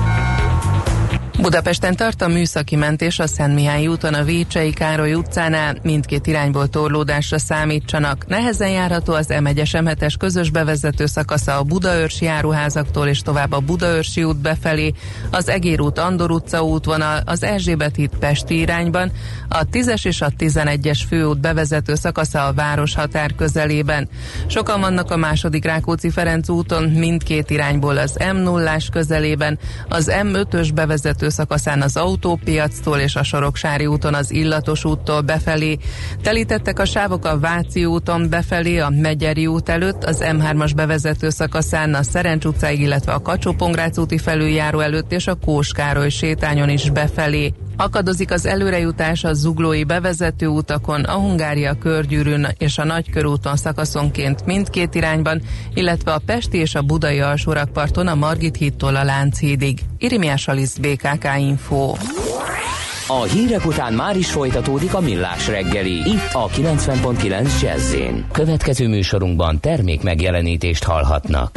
Budapesten tart a műszaki mentés a Szentmihályi úton a Vécsei Károly utcánál, mindkét irányból torlódásra számítsanak. Nehezen járható az M1-es M7-es közös bevezető szakasza a Budaörsi járóházaktól és tovább a Budaörsi út befelé, az Egér út Andor utca útvonal, az Erzsébet híd Pesti irányban, a 10-es és a 11-es főút bevezető szakasza a városhatár közelében. Sokan vannak a második Rákóczi-Ferenc úton mindkét irányból az M0-ás közelében, az M5-ös bevezető szakaszán az Autópiactól és a Soroksári úton az Illatos úttól befelé. Telítettek a sávok a Váci úton befelé, a Megyeri út előtt, az M3-as bevezető szakaszán a Szerencs utcáig, illetve a Kacsó-Pongrác úti felüljáró előtt és a Kós Károly sétányon is befelé. Akadozik az előrejutás a zuglói bevezető utakon, a Hungária körgyűrűn és a Nagykörúton szakaszonként mindkét irányban, illetve a pesti és a budai alsórakparton a Margit hídtól a Lánchídig. Irimiás Alisz, BKK Info. A hírek után már is folytatódik a Millás reggeli, itt a 90.9 Jazz-in. Következő műsorunkban termék megjelenítést hallhatnak.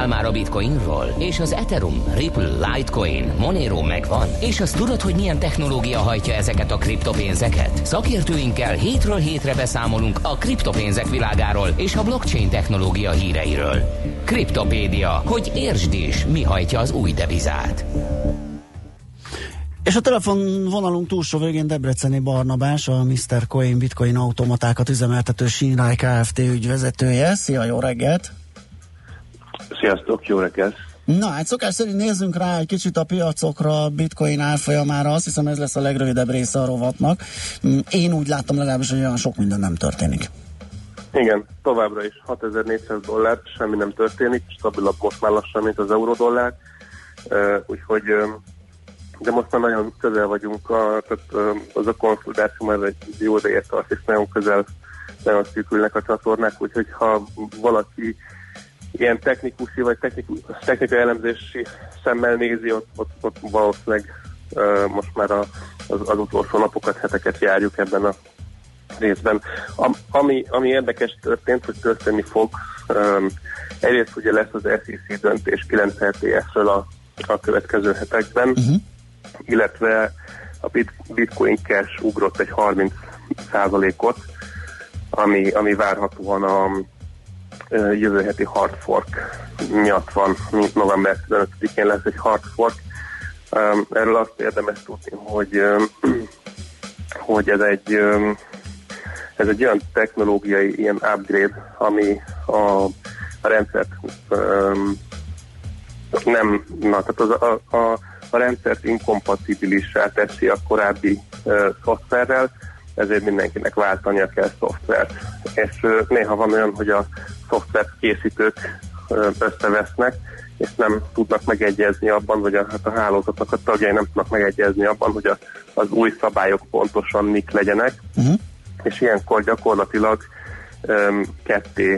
Hallottál már a Bitcoinról? És az Ethereum, Ripple, Litecoin, Monero megvan? És azt tudod, hogy milyen technológia hajtja ezeket a kriptopénzeket? Szakértőinkkel hétről hétre beszámolunk a kriptopénzek világáról és a blockchain technológia híreiről. Kriptopédia, hogy értsd is, mi hajtja az új devizát. És a telefonvonalunk túlsó végén Debreceni Barnabás, a Mr. Coin Bitcoin automatákat üzemeltető Shinrai Kft. Ügyvezetője. Szia, jó reggelt! Sziasztok, jó reggelt! Na, hát szokás szerint nézzünk rá egy kicsit a piacokra, Bitcoin árfolyamára, azt hiszem ez lesz a legrövidebb része a rovatnak. Én úgy láttam legalábbis, hogy olyan sok minden nem történik. Igen, továbbra is $6400, semmi nem történik, stabilabb most már lassan, mint az euró-dollár, úgyhogy de most már nagyon közel vagyunk, tehát az a konszolidáció már egy jó ideje tart, és nagyon közel, nagyon szűkülnek a csatornák, úgyhogy ha valaki ilyen technikusi vagy technikai elemzési szemmel nézi, ott valószínűleg most már az utolsó napokat, heteket járjuk ebben a részben. Ami érdekes történt, hogy történni fog, egyrészt ugye lesz az SEC döntés 9 ETF-ről a következő hetekben, illetve a Bitcoin Cash ugrott egy 30%-ot, ami várhatóan a jövő heti hard fork miatt van, mint november 15-én lesz egy hard fork. Erről azt érdemes tudni, hogy ez egy olyan technológiai ilyen upgrade, ami a rendszert tehát a rendszert inkompatibilissá teszi a korábbi szoftverrel, ezért mindenkinek váltania kell szoftvert. És néha van olyan, hogy a szoftvert készítők összevesznek, és nem tudnak megegyezni abban, vagy a hálózatnak a tagjai nem tudnak megegyezni abban, hogy az új szabályok pontosan mik legyenek, és ilyenkor gyakorlatilag ketté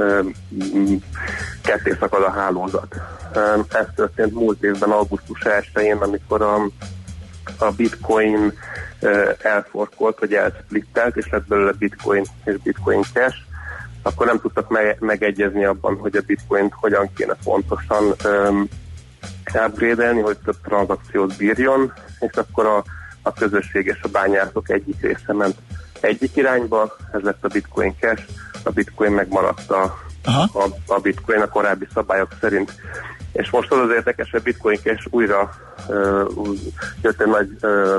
szakad a hálózat. Ez történt múlt évben, augusztus 1-én, amikor a Bitcoin elforkolt, vagy elsplittelt, és lett belőle Bitcoin és Bitcoin Cash, akkor nem tudtak megegyezni abban, hogy a Bitcoint hogyan kéne fontosan upgrade-elni, hogy több tranzakciót bírjon, és akkor a közösség és a bányászok egyik része ment egyik irányba, ez lett a Bitcoin Cash, a Bitcoin megmaradt a Bitcoin a korábbi szabályok szerint. És most az érdekes, hogy a Bitcoin Cash újra jött egy nagy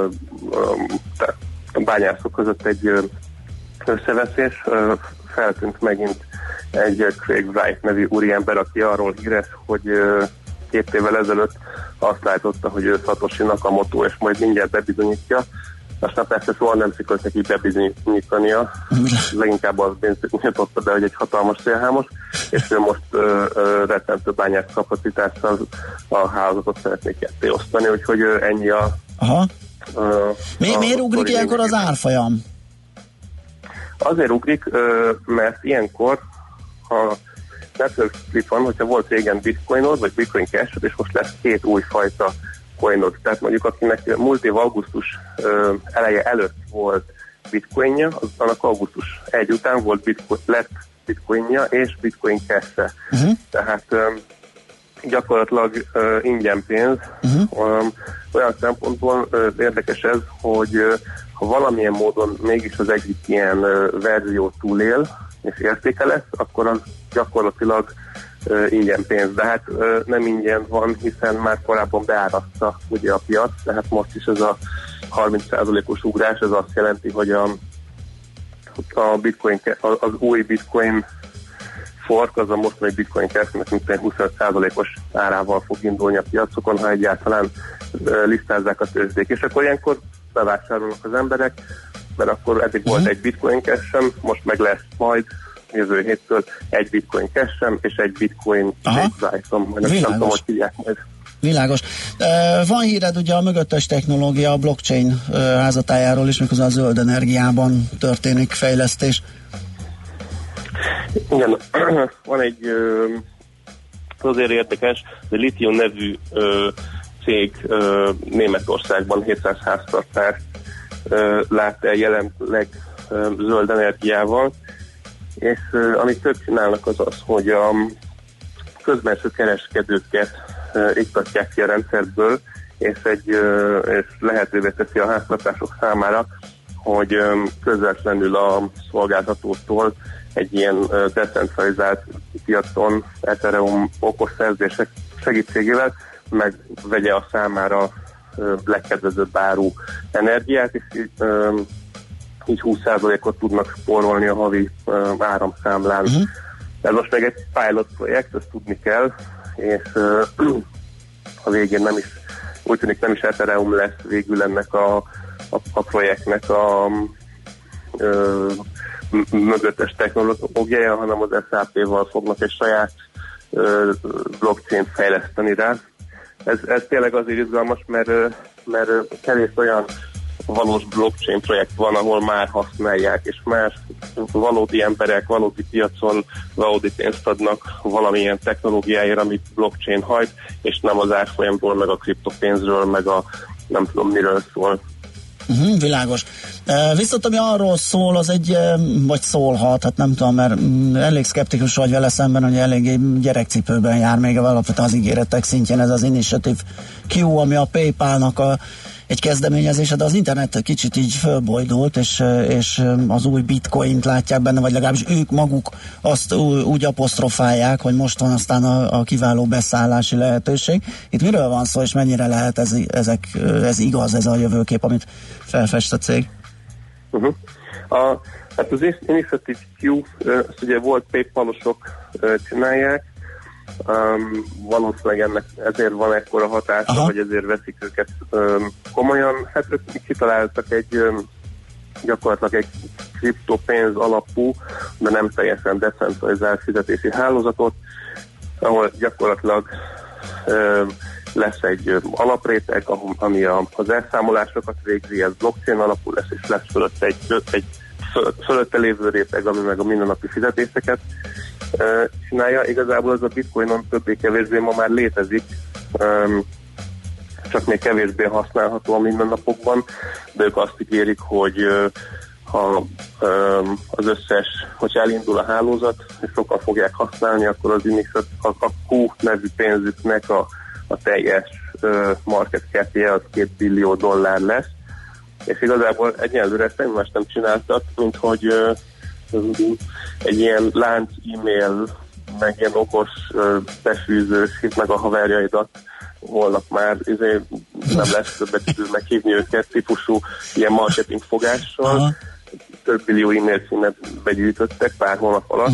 bányászok között egy összeveszés, feltűnt megint egy Craig Wright nevű úriember, aki arról híres, hogy 2 évvel ezelőtt azt állította, hogy ő Satoshi Nakamoto, és majd mindjárt bebizonyítja. Aztán persze soha nem sikerült neki bebizonyítania, leginkább az bizonyította be, hogy egy hatalmas szélhámos, és ő most rettentő bányász kapacitással a hálózatot szeretnék ketté osztani, úgyhogy ennyi a... Miért ugrik ilyenkor az árfolyam? Azért ugrik, mert ilyenkor, ha network split van, hogyha volt régen Bitcoinod, vagy Bitcoin Cash, és most lesz 2 új fajta coinod. Tehát mondjuk akinek múlt év augusztus eleje előtt volt Bitcoinja, annak augusztus 1 után lett Bitcoinja és Bitcoin Cash-e. Tehát gyakorlatilag ingyen pénz. Olyan szempontból érdekes ez, hogy ha valamilyen módon mégis az egyik ilyen verzió túlél és értéke lesz, akkor az gyakorlatilag ingyen pénz. De hát nem ingyen van, hiszen már korábban beárazta ugye a piac, tehát most is ez a 30%-os ugrás, ez azt jelenti, hogy a Bitcoin, az új Bitcoin fork, az a mostani Bitcoin Cash-nek mint 25%-os árával fog indulni a piacokon, ha egyáltalán lisztázzák a tőzsdék. És akkor ilyenkor bevásárolnak az emberek, mert akkor eddig volt egy Bitcoin Cash-em, most meg lesz majd jövő héttől egy Bitcoin Cash-em és egy Bitcoin Cash-em, majd nem tudom, hogy hívják majd. Világos. Van híred ugye a mögöttes technológia, a blockchain házatájáról is, mikor a zöld energiában történik fejlesztés. Igen, van egy azért érdekes, hogy Lithium nevű cég Németországban 700 háztartást lát el jelenleg zöld energiával, és amit ők csinálnak az az, hogy közbenső kereskedőket iktatják ki a rendszerből, és lehetővé teszi a háztartások számára, hogy közvetlenül a szolgáltatótól egy ilyen decentralizált piacon Ethereum okos szerződések segítségével megvegye a számára legkedvezőbb áru energiát, és így 20%-ot tudnak spórolni a havi áramszámlán. Ez most meg egy pilot projekt, ezt tudni kell, és a végén úgy tűnik nem is Ethereum lesz végül ennek a projektnek a mögöttes technológiája, hanem az SAP-val fognak egy saját blockchain fejleszteni rá. Ez tényleg azért izgalmas, mert kevés olyan valós blockchain projekt van, ahol már használják, és más valódi emberek, valódi piacon valódi pénzt adnak valamilyen technológiáért, amit blockchain hajt, és nem az árfolyamról, meg a kriptopénzről, meg a nem tudom miről szól. Világos. Viszont ami arról szól, az vagy szólhat, hát nem tudom, mert elég szkeptikus vagy vele szemben, hogy eléggé gyerekcipőben jár még alapvetően az ígéretek szintjén ez az Initiative Q, ami a PayPal-nak egy kezdeményezése, de az internet kicsit így fölbojdult, és az új bitcoint látják benne, vagy legalábbis ők maguk azt úgy apostrofálják, hogy most van aztán a kiváló beszállási lehetőség. Itt miről van szó, és mennyire lehet ez igaz, ez a jövőkép, amit felfest a cég? Hát az Initiative Q, ezt ugye volt PayPal-osok csinálják, valószínűleg ennek ezért van ekkora hatása, hogy ezért veszik őket komolyan. Hát ők kitaláltak gyakorlatilag egy kriptopénz alapú, de nem teljesen decentralizált fizetési hálózatot, ahol gyakorlatilag lesz egy alapréteg, ami az elszámolásokat végzi, ez blockchain alapú lesz, és lesz fölött egy fölötte lévő réteg, ami meg a mindennapi fizetéseket csinálja. Igazából ez a bitcoinon többé-kevésbé ma már létezik, csak még kevésbé használható a mindennapokban, de ők azt ígérik, hogy ha az összes, hogyha elindul a hálózat, és sokan fogják használni, akkor az a Q nevű pénzüknek a teljes market capje az $2 billió lesz, és igazából egyelőre semmi más nem csináltak, mint hogy egy ilyen lánc e-mail, meg ilyen okos befűzős, hidd meg a haverjaidat, holnap már nem lesz többet idő meghívni őket, típusú ilyen marketing fogással. Több billió e-mail címet begyűjtöttek pár hónap alatt.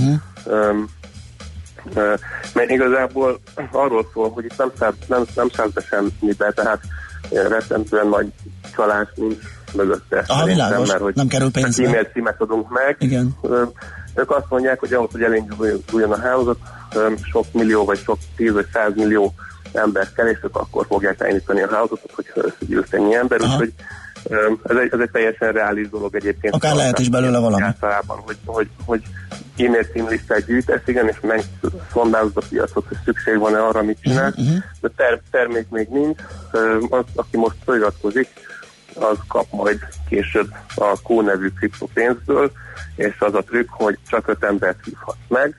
Mert igazából arról szól, hogy itt nem száll be semmibe, tehát rettentően nagy csalás nincs mögötte. Világos, mert hogy nem kerül pénzbe. E-mail címet adunk meg. Igen. Ők azt mondják, hogy ahhoz, hogy elinduljon a hálózat, sok millió, vagy sok 10 vagy 100 millió ember kell, és ők akkor fogják elindítani a hálózatot, hogy összegyűjt ennyi ember, úgyhogy ez egy teljesen reális dolog egyébként. Akár lehet is belőle valami. Általában, hogy e-mail címlistát gyűjtesz, igen, és megszondázod a piacot, hogy szükség van-e arra, amit csinál, de termék még nincs. Az, aki most feliratkozik, az kap majd később a Q nevű kriptopénzből, és az a trükk, hogy csak 5 embert hívhatsz meg,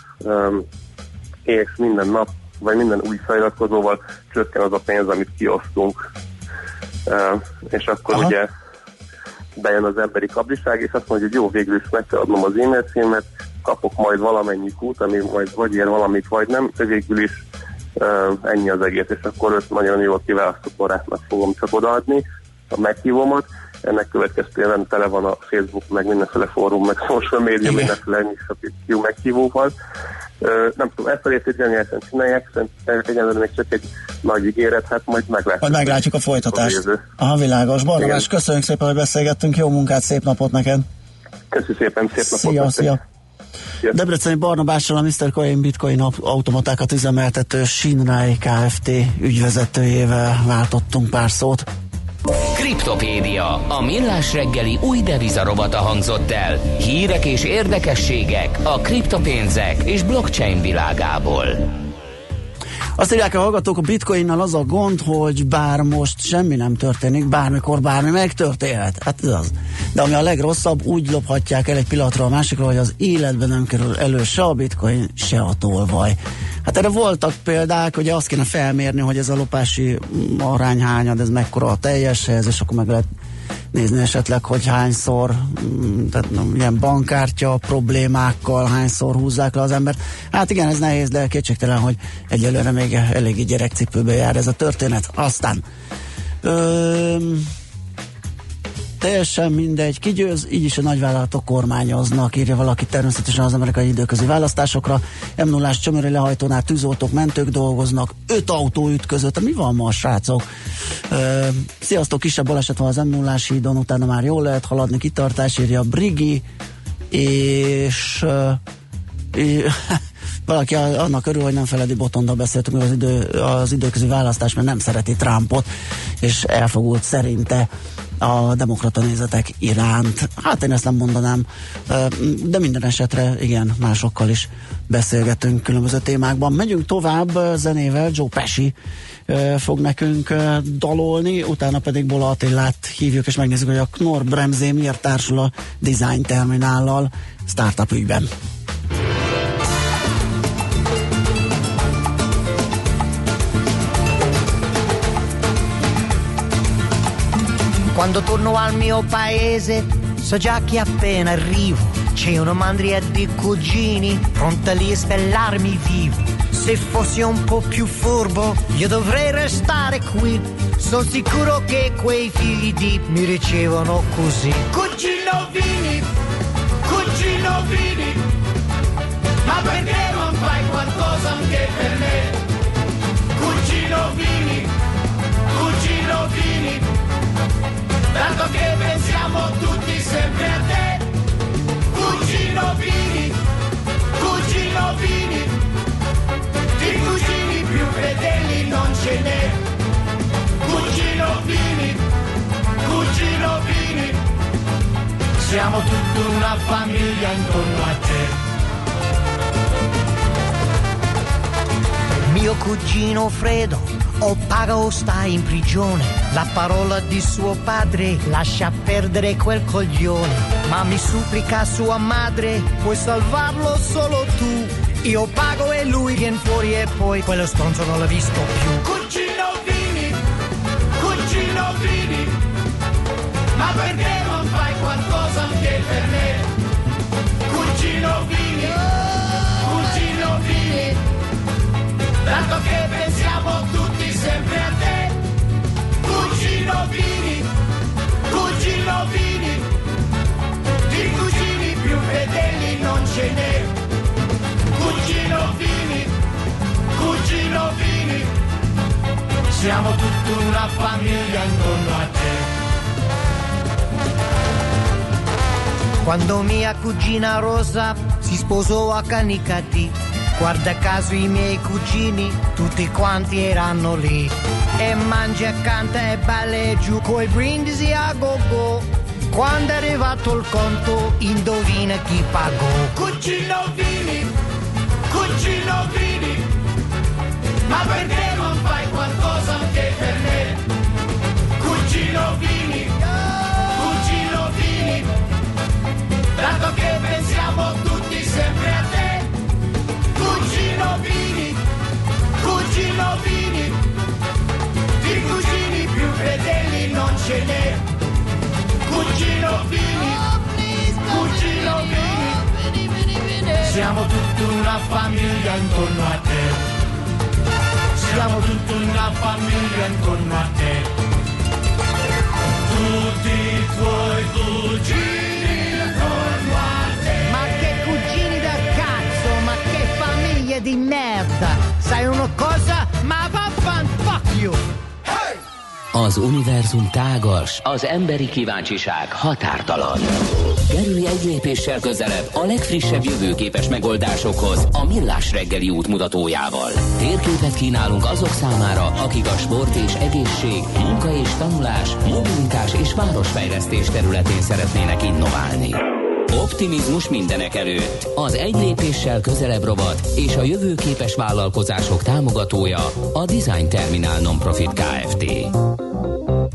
és minden nap, vagy minden új feliratkozóval csökken az a pénz, amit kiosztunk. És akkor ugye bejön az emberi kabliság, és azt mondja, hogy jó, végül is meg kell adnom az e-mail címet, kapok majd valamennyi Q-t, ami majd vagy ér valamit, vagy nem, de végül is ennyi az egész, és akkor őt nagyon jól kiválasztott barátnak fogom csak odaadni a meghívómat. Ennek következtében tele van a Facebook, meg mindenféle fórum, meg social media, mindenféle Q meghívóval. Nem tudom, ezt a részét geniálisan csinálják, egyelőre még csak egy nagy ígéret, hát majd meglátjuk. Majd meglátjuk a folytatást. Világos. Barnabás, köszönjük szépen, hogy beszélgettünk, jó munkát, szép napot neked! Köszönjük szépen, szép napot! Szia! Debreceni Barnabással, a Mr. Coin Bitcoin automatákat üzemeltető Shinrai Kft. Ügyvezetőjével váltottunk pár szót. Kriptopédia, a millás reggeli új devizarobata hangzott el. Hírek és érdekességek a kriptopénzek és blockchain világából. Azt írják a hallgatók, a bitcoinnal az a gond, hogy bár most semmi nem történik, bármikor bármi megtörténhet. Hát ez az. De ami a legrosszabb, úgy lophatják el egy pillanatra a másikra, hogy az életben nem kerül elő se a bitcoin, se a tolvaj. Hát erre voltak példák, hogy azt kéne felmérni, hogy ez a lopási arány hányad, ez mekkora a teljeshez, és akkor meg lehet nézni esetleg, hogy hányszor, tehát ilyen bankkártya problémákkal hányszor húzzák le az embert. Hát igen, ez nehéz, de kétségtelen, hogy egyelőre még eléggé gyerekcipőbe jár ez a történet. Aztán teljesen mindegy, kigyőz, így is a nagyvállalatok kormányoznak, írja valaki, természetesen az amerikai időközi választásokra. M0-ás Csömöri lehajtónál tűzoltók, mentők dolgoznak, 5 autó ütközött. Mi van ma, srácok? Sziasztok, kisebb baleset van az M0-ás hídon, utána már jól lehet haladni, kitartás, írja Brigi, és valaki annak örül, hogy nem Feledi Botondal beszéltünk az időközi választás, mert nem szereti Trumpot, és elfogult szerinte a demokrata nézetek iránt. Hát én ezt nem mondanám, de minden esetre igen, másokkal is beszélgetünk különböző témákban. Megyünk tovább zenével, Joe Pesci fog nekünk dalolni, utána pedig Bola Attilát hívjuk, és megnézzük, hogy a Knorr-Bremse miért társul a Design Terminállal startup ügyben. Quando torno al mio paese so già che appena arrivo c'è una mandria di cugini pronta lì a spellarmi vivo. Se fossi un po' più furbo io dovrei restare qui. Sono sicuro che quei figli di mi ricevono così. Cugino Vini, ma perché non fai qualcosa anche per me? Cugino Vini, tanto che pensiamo tutti sempre a te. Cugino Vini, di cugini più fedeli non ce n'è. Cugino Vini, siamo tutta una famiglia intorno a te. Mio cugino Fredo o paga o sta in prigione. La parola di suo padre lascia perdere quel coglione. Ma mi supplica sua madre, puoi salvarlo solo tu. Io pago e lui viene fuori e poi quello stronzo non l'ho visto più. Cugino Vini, ma perché non fai qualcosa anche per me? Cugino Vini, tanto che pensiamo tutti sempre a te. Cugino Vini, di cugini più fedeli non ce n'è. Cugino Vini, siamo tutta una famiglia intorno a te. Quando mia cugina Rosa si sposò a Canicattì, guarda caso i miei cugini tutti quanti erano lì. E mangia, canta e balla e giù coi brindisi a go-go. Quando è arrivato il conto indovina chi pagò. Cugino Vini, ma perché non fai qualcosa anche per me? Cugino Vini, tanto che pensiamo tutti sempre a te. Cugino Vini, di cugini più fedeli non ce n'è. Cugino Vini, siamo tutta una famiglia intorno a te. Siamo tutta una famiglia intorno a te. Tutti i tuoi cugini intorno a te. Ma che cugini da cazzo, ma che famiglia di merda. Sai una cosa? Ma vaffan, fuck you. Hey! Az univerzum tágas, az emberi kíváncsiság határtalan. Kerülj egy lépéssel közelebb a legfrissebb jövőképes megoldásokhoz a Millás reggeli útmutatójával. Térképet kínálunk azok számára, akik a sport és egészség, munka és tanulás, mobilitás és városfejlesztés területén szeretnének innoválni. Optimizmus mindenek előtt. Az egy lépéssel közelebb rovat és a jövőképes vállalkozások támogatója a Design Terminál Non-Profit Kft.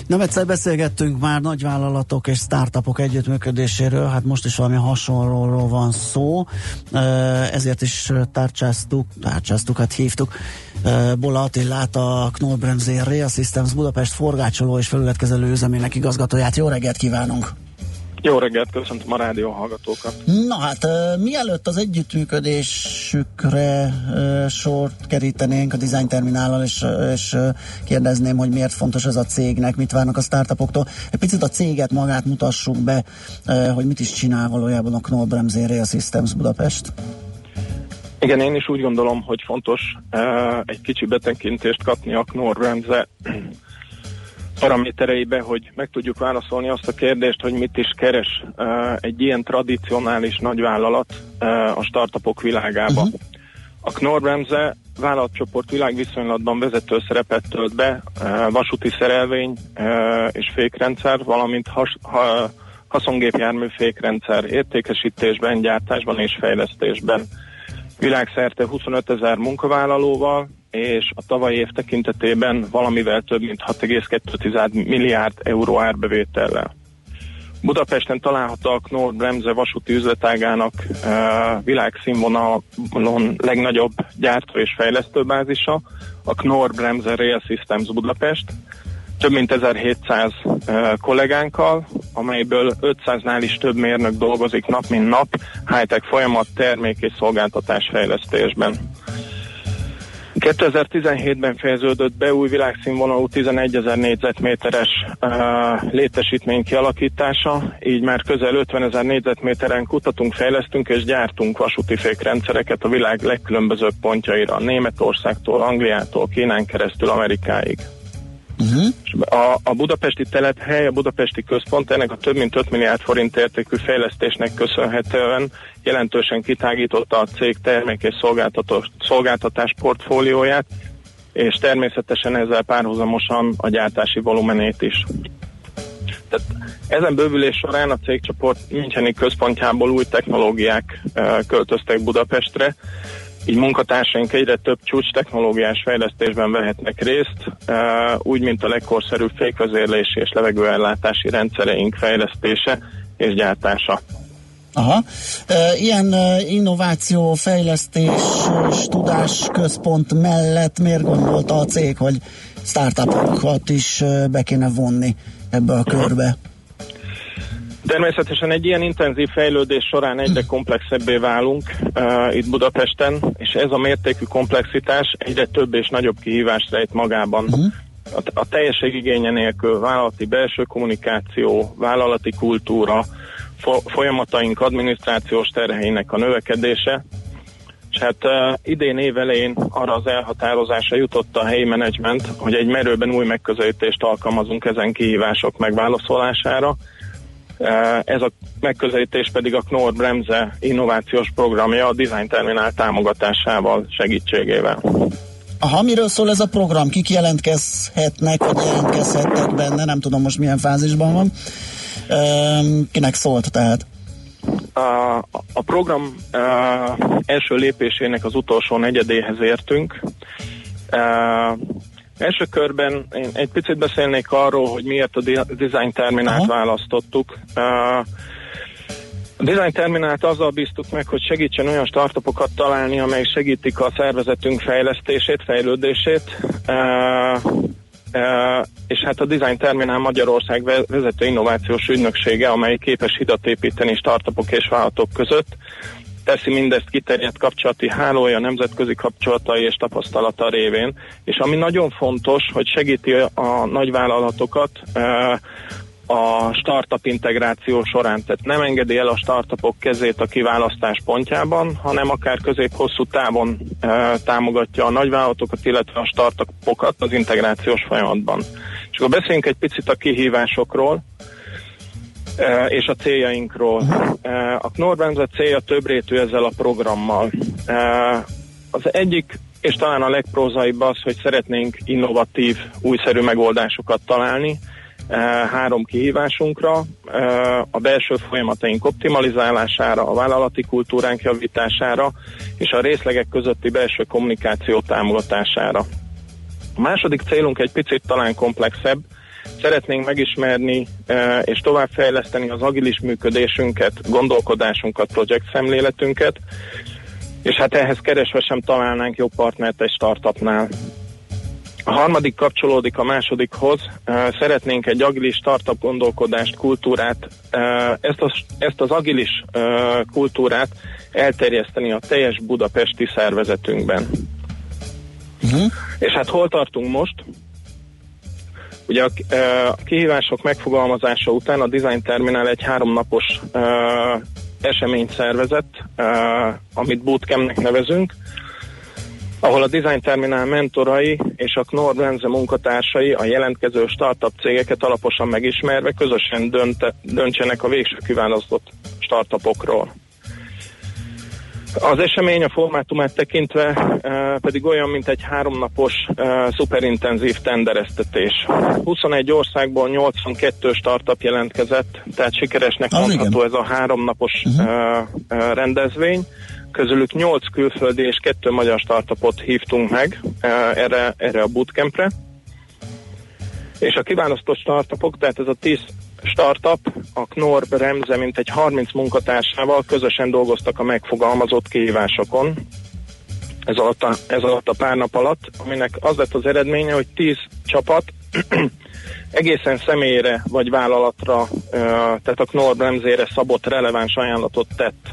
Nem egyszer beszélgettünk már nagyvállalatok és startupok együttműködéséről, hát most is valami hasonlóról van szó, ezért is hívtuk Bolla Attilát, a Knorr-Bremse Rail Systems Budapest forgácsoló és felületkezelő üzemének igazgatóját. Jó reggelt kívánunk! Jó reggelt, köszöntöm a rádió hallgatókat. Na hát, mielőtt az együttműködésükre sort kerítenénk a Design Terminállal, és kérdezném, hogy miért fontos ez a cégnek, mit várnak a startupoktól. Egy picit a céget magát mutassuk be, hogy mit is csinál valójában a Knorr-Bremse Rail Systems Budapest. Igen, én is úgy gondolom, hogy fontos egy kicsi betekintést kapni a Knorr-Bremse paramétereibe, hogy meg tudjuk válaszolni azt a kérdést, hogy mit is keres egy ilyen tradicionális nagyvállalat a startupok világába. A Knorr-Bremse vállalatcsoport világviszonylatban vezető szerepet tölt be vasúti szerelvény és fékrendszer, valamint haszongépjármű fékrendszer értékesítésben, gyártásban és fejlesztésben. Világszerte 25 000 munkavállalóval, és a tavalyi év tekintetében valamivel több mint 6,2 milliárd euró árbevétellel. Budapesten található a Knorr-Bremse vasúti üzletágának világszínvonalon legnagyobb gyártó és fejlesztőbázisa, a Knorr-Bremse Rail Systems Budapest, több mint 1700 kollégánkkal, amelyből 500-nál is több mérnök dolgozik nap mint nap high-tech folyamat, termék és szolgáltatás fejlesztésben. 2017-ben fejeződött be új világszínvonalú 11 000 négyzetméteres létesítmény kialakítása, így már közel 50 000 négyzetméteren kutatunk, fejlesztünk és gyártunk vasúti fékrendszereket a világ legkülönbözőbb pontjaira, Németországtól, Angliától, Kínán keresztül Amerikáig. A budapesti telephely, a budapesti központ ennek a több mint 5 milliárd forint értékű fejlesztésnek köszönhetően jelentősen kitágította a cég termék és szolgáltatás portfólióját, és természetesen ezzel párhuzamosan a gyártási volumenét is. Tehát ezen bővülés során a cégcsoport müncheni központjából új technológiák költöztek Budapestre, így munkatársaink egyre több csúcs technológiás fejlesztésben vehetnek részt, úgy, mint a legkorszerűbb fékvezérlési és levegőellátási rendszereink fejlesztése és gyártása. Aha. Ilyen innováció, fejlesztés és tudásközpont mellett miért gondolta a cég, hogy startupokat is be kéne vonni ebbe a körbe? Természetesen egy ilyen intenzív fejlődés során egyre komplexebbé válunk itt Budapesten, és ez a mértékű komplexitás egyre több és nagyobb kihívást rejt magában. A teljesség igénye nélkül vállalati belső kommunikáció, vállalati kultúra, folyamataink adminisztrációs terheinek a növekedése, és hát idén év elején arra az elhatározásra jutott a helyi menedzsment, hogy egy merőben új megközelítést alkalmazunk ezen kihívások megválaszolására. Ez a megközelítés pedig a Knorr-Bremse innovációs programja a Design Terminál támogatásával, segítségével. Aha, miről szól ez a program? Kik jelentkezhetnek, vagy jelentkezhettek benne? Nem tudom most milyen fázisban van. Kinek szólt tehát? A program első lépésének az utolsó negyedéhez értünk. Első körben én egy picit beszélnék arról, hogy miért a Design Terminált választottuk. A Design Terminált azzal bíztuk meg, hogy segítsen olyan startupokat találni, amelyek segítik a szervezetünk fejlesztését, fejlődését, és hát a Design Terminál Magyarország vezető innovációs ügynöksége, amely képes hidat építeni startupok és vállalatok között, teszi mindezt kiterjedt kapcsolati hálója, nemzetközi kapcsolatai és tapasztalata révén. És ami nagyon fontos, hogy segíti a nagyvállalatokat a startup integráció során. Tehát nem engedi el a startupok kezét a kiválasztás pontjában, hanem akár közép-hosszú távon támogatja a nagyvállalatokat, illetve a startupokat az integrációs folyamatban. És akkor beszéljünk egy picit a kihívásokról és a céljainkról. A Knorr-Bremse célja többrétű ezzel a programmal. Az egyik, és talán a legprózaibb az, hogy szeretnénk innovatív, újszerű megoldásokat találni 3 kihívásunkra, a belső folyamataink optimalizálására, a vállalati kultúránk javítására és a részlegek közötti belső kommunikáció támogatására. A második célunk egy picit talán komplexebb, Szeretnénk megismerni és továbbfejleszteni az agilis működésünket, gondolkodásunkat, projektszemléletünket, és hát ehhez keresve sem találnánk jobb partnert egy startupnál. A harmadik kapcsolódik a másodikhoz. Szeretnénk egy agilis startup gondolkodást, kultúrát, ezt az agilis kultúrát elterjeszteni a teljes budapesti szervezetünkben. És hát hol tartunk most? Ugye a kihívások megfogalmazása után a Design Terminál egy 3 napos eseményt szervezett, amit bootcampnek nevezünk, ahol a Design Terminál mentorai és a Knorr-Bremse munkatársai a jelentkező startup cégeket alaposan megismerve közösen döntsenek a végső kiválasztott startupokról. Az esemény a formátumát tekintve pedig olyan, mint egy 3 napos szuperintenzív tendereztetés. 21 országból 82 startup jelentkezett, tehát sikeresnek mondható ez a 3 napos rendezvény. Közülük 8 külföldi és 2 magyar startupot hívtunk meg erre a bootcampre. És a kiválasztott startupok, tehát ez a 10 startup, a Knorr-Bremse mintegy 30 munkatársával közösen dolgoztak a megfogalmazott kihívásokon ez alatt a pár nap alatt, aminek az lett az eredménye, hogy 10 csapat egészen személyre vagy vállalatra, tehát a Knorr-Bremsére szabott releváns ajánlatot tett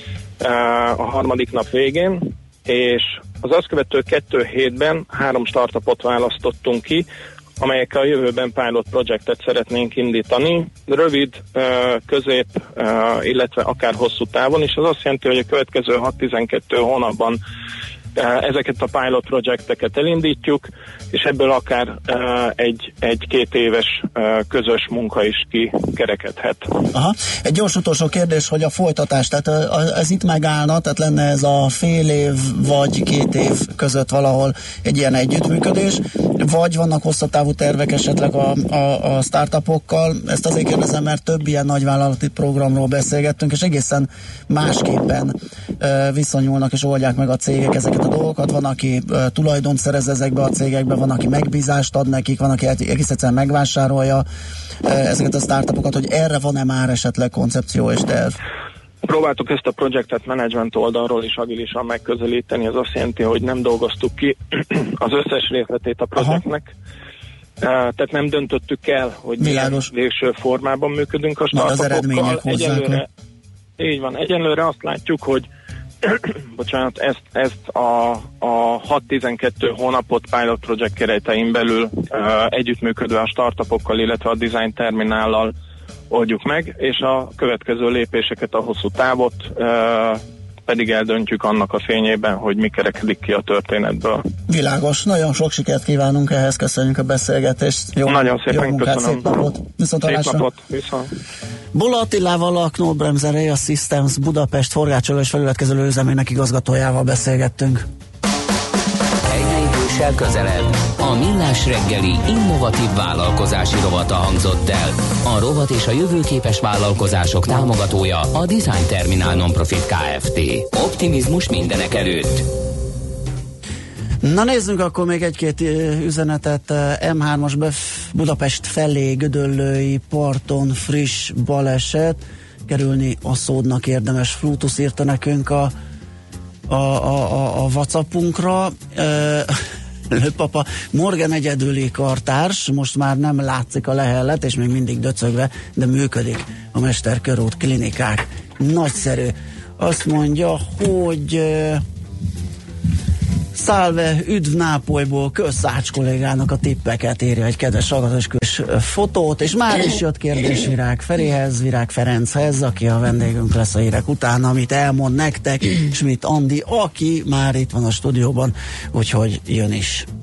a harmadik nap végén, és az azt követő 2 hétben 3 startupot választottunk ki, amelyekkel a jövőben pilot projektet szeretnénk indítani, rövid, közép, illetve akár hosszú távon, és az azt jelenti, hogy a következő 6-12 hónapban ezeket a pilot projekteket elindítjuk, és ebből akár egy-két éves közös munka is kikerekedhet. Aha. Egy gyors utolsó kérdés, hogy a folytatás, tehát ez itt megállna, tehát lenne ez a fél év vagy 2 év között valahol egy ilyen együttműködés, vagy vannak hosszatávú tervek esetleg a startupokkal? Ezt azért kérdezem, mert több ilyen nagyvállalati programról beszélgettünk, és egészen másképpen viszonyulnak és oldják meg a cégek ezeket a dolgokat. Van, aki tulajdont szerez ezekbe a cégekbe, van, aki megbízást ad nekik, van, aki egész egyszerűen megvásárolja ezeket a startupokat, hogy erre van-e már esetleg koncepció és terv? Próbáltuk ezt a projektet management oldalról is agilisan megközelíteni, ez azt jelenti, hogy nem dolgoztuk ki az összes részletét a projektnek, tehát nem döntöttük el, hogy milyen végső formában működünk a startupokkal. Így van, egyenlőre azt látjuk, hogy bocsánat, ezt a 6-12 hónapot pilot project keretein belül együttműködve a startupokkal, illetve a Design Terminállal oldjuk meg, és a következő lépéseket, a hosszú távot pedig eldöntjük annak a fényében, hogy mi kerekedik ki a történetből. Világos, nagyon sok sikert kívánunk ehhez, köszönjük a beszélgetést. Nagyon szépen jó munkát, köszönöm. Szép napot, viszontlátásra. Szép napot, viszont. Bolla Attilával, a Knorr-Bremse Rea Systems Budapest forgácsoló és felületkezelő üzemének igazgatójával beszélgettünk. Egy lépéssel közelebb a Millás reggeli innovatív vállalkozási rovata hangzott el. A rovat és a jövőképes vállalkozások támogatója a Design Terminál Non-Profit Kft. Optimizmus mindenek előtt. Na nézzünk akkor még egy-két üzenetet. M3-as Budapest felé Gödöllői parton friss baleset. Kerülni a szódnak érdemes. Flutus írta nekünk a WhatsAppunkra. Lőpapa, Morgan egyedüli kartárs, most már nem látszik a lehellet, és még mindig döcögve, de működik a Mesterkörút klinikák. Nagyszerű. Azt mondja, hogy Szálve, üdv Nápolyból, Köszács kollégának a tippeket, írja egy kedves hallgatós fotót, és már is jött kérdésvirág Ferihez, Virág Ferenchez, aki a vendégünk lesz a hírek után, amit elmond nektek, Schmidt Andi, aki már itt van a stúdióban, úgyhogy jön is.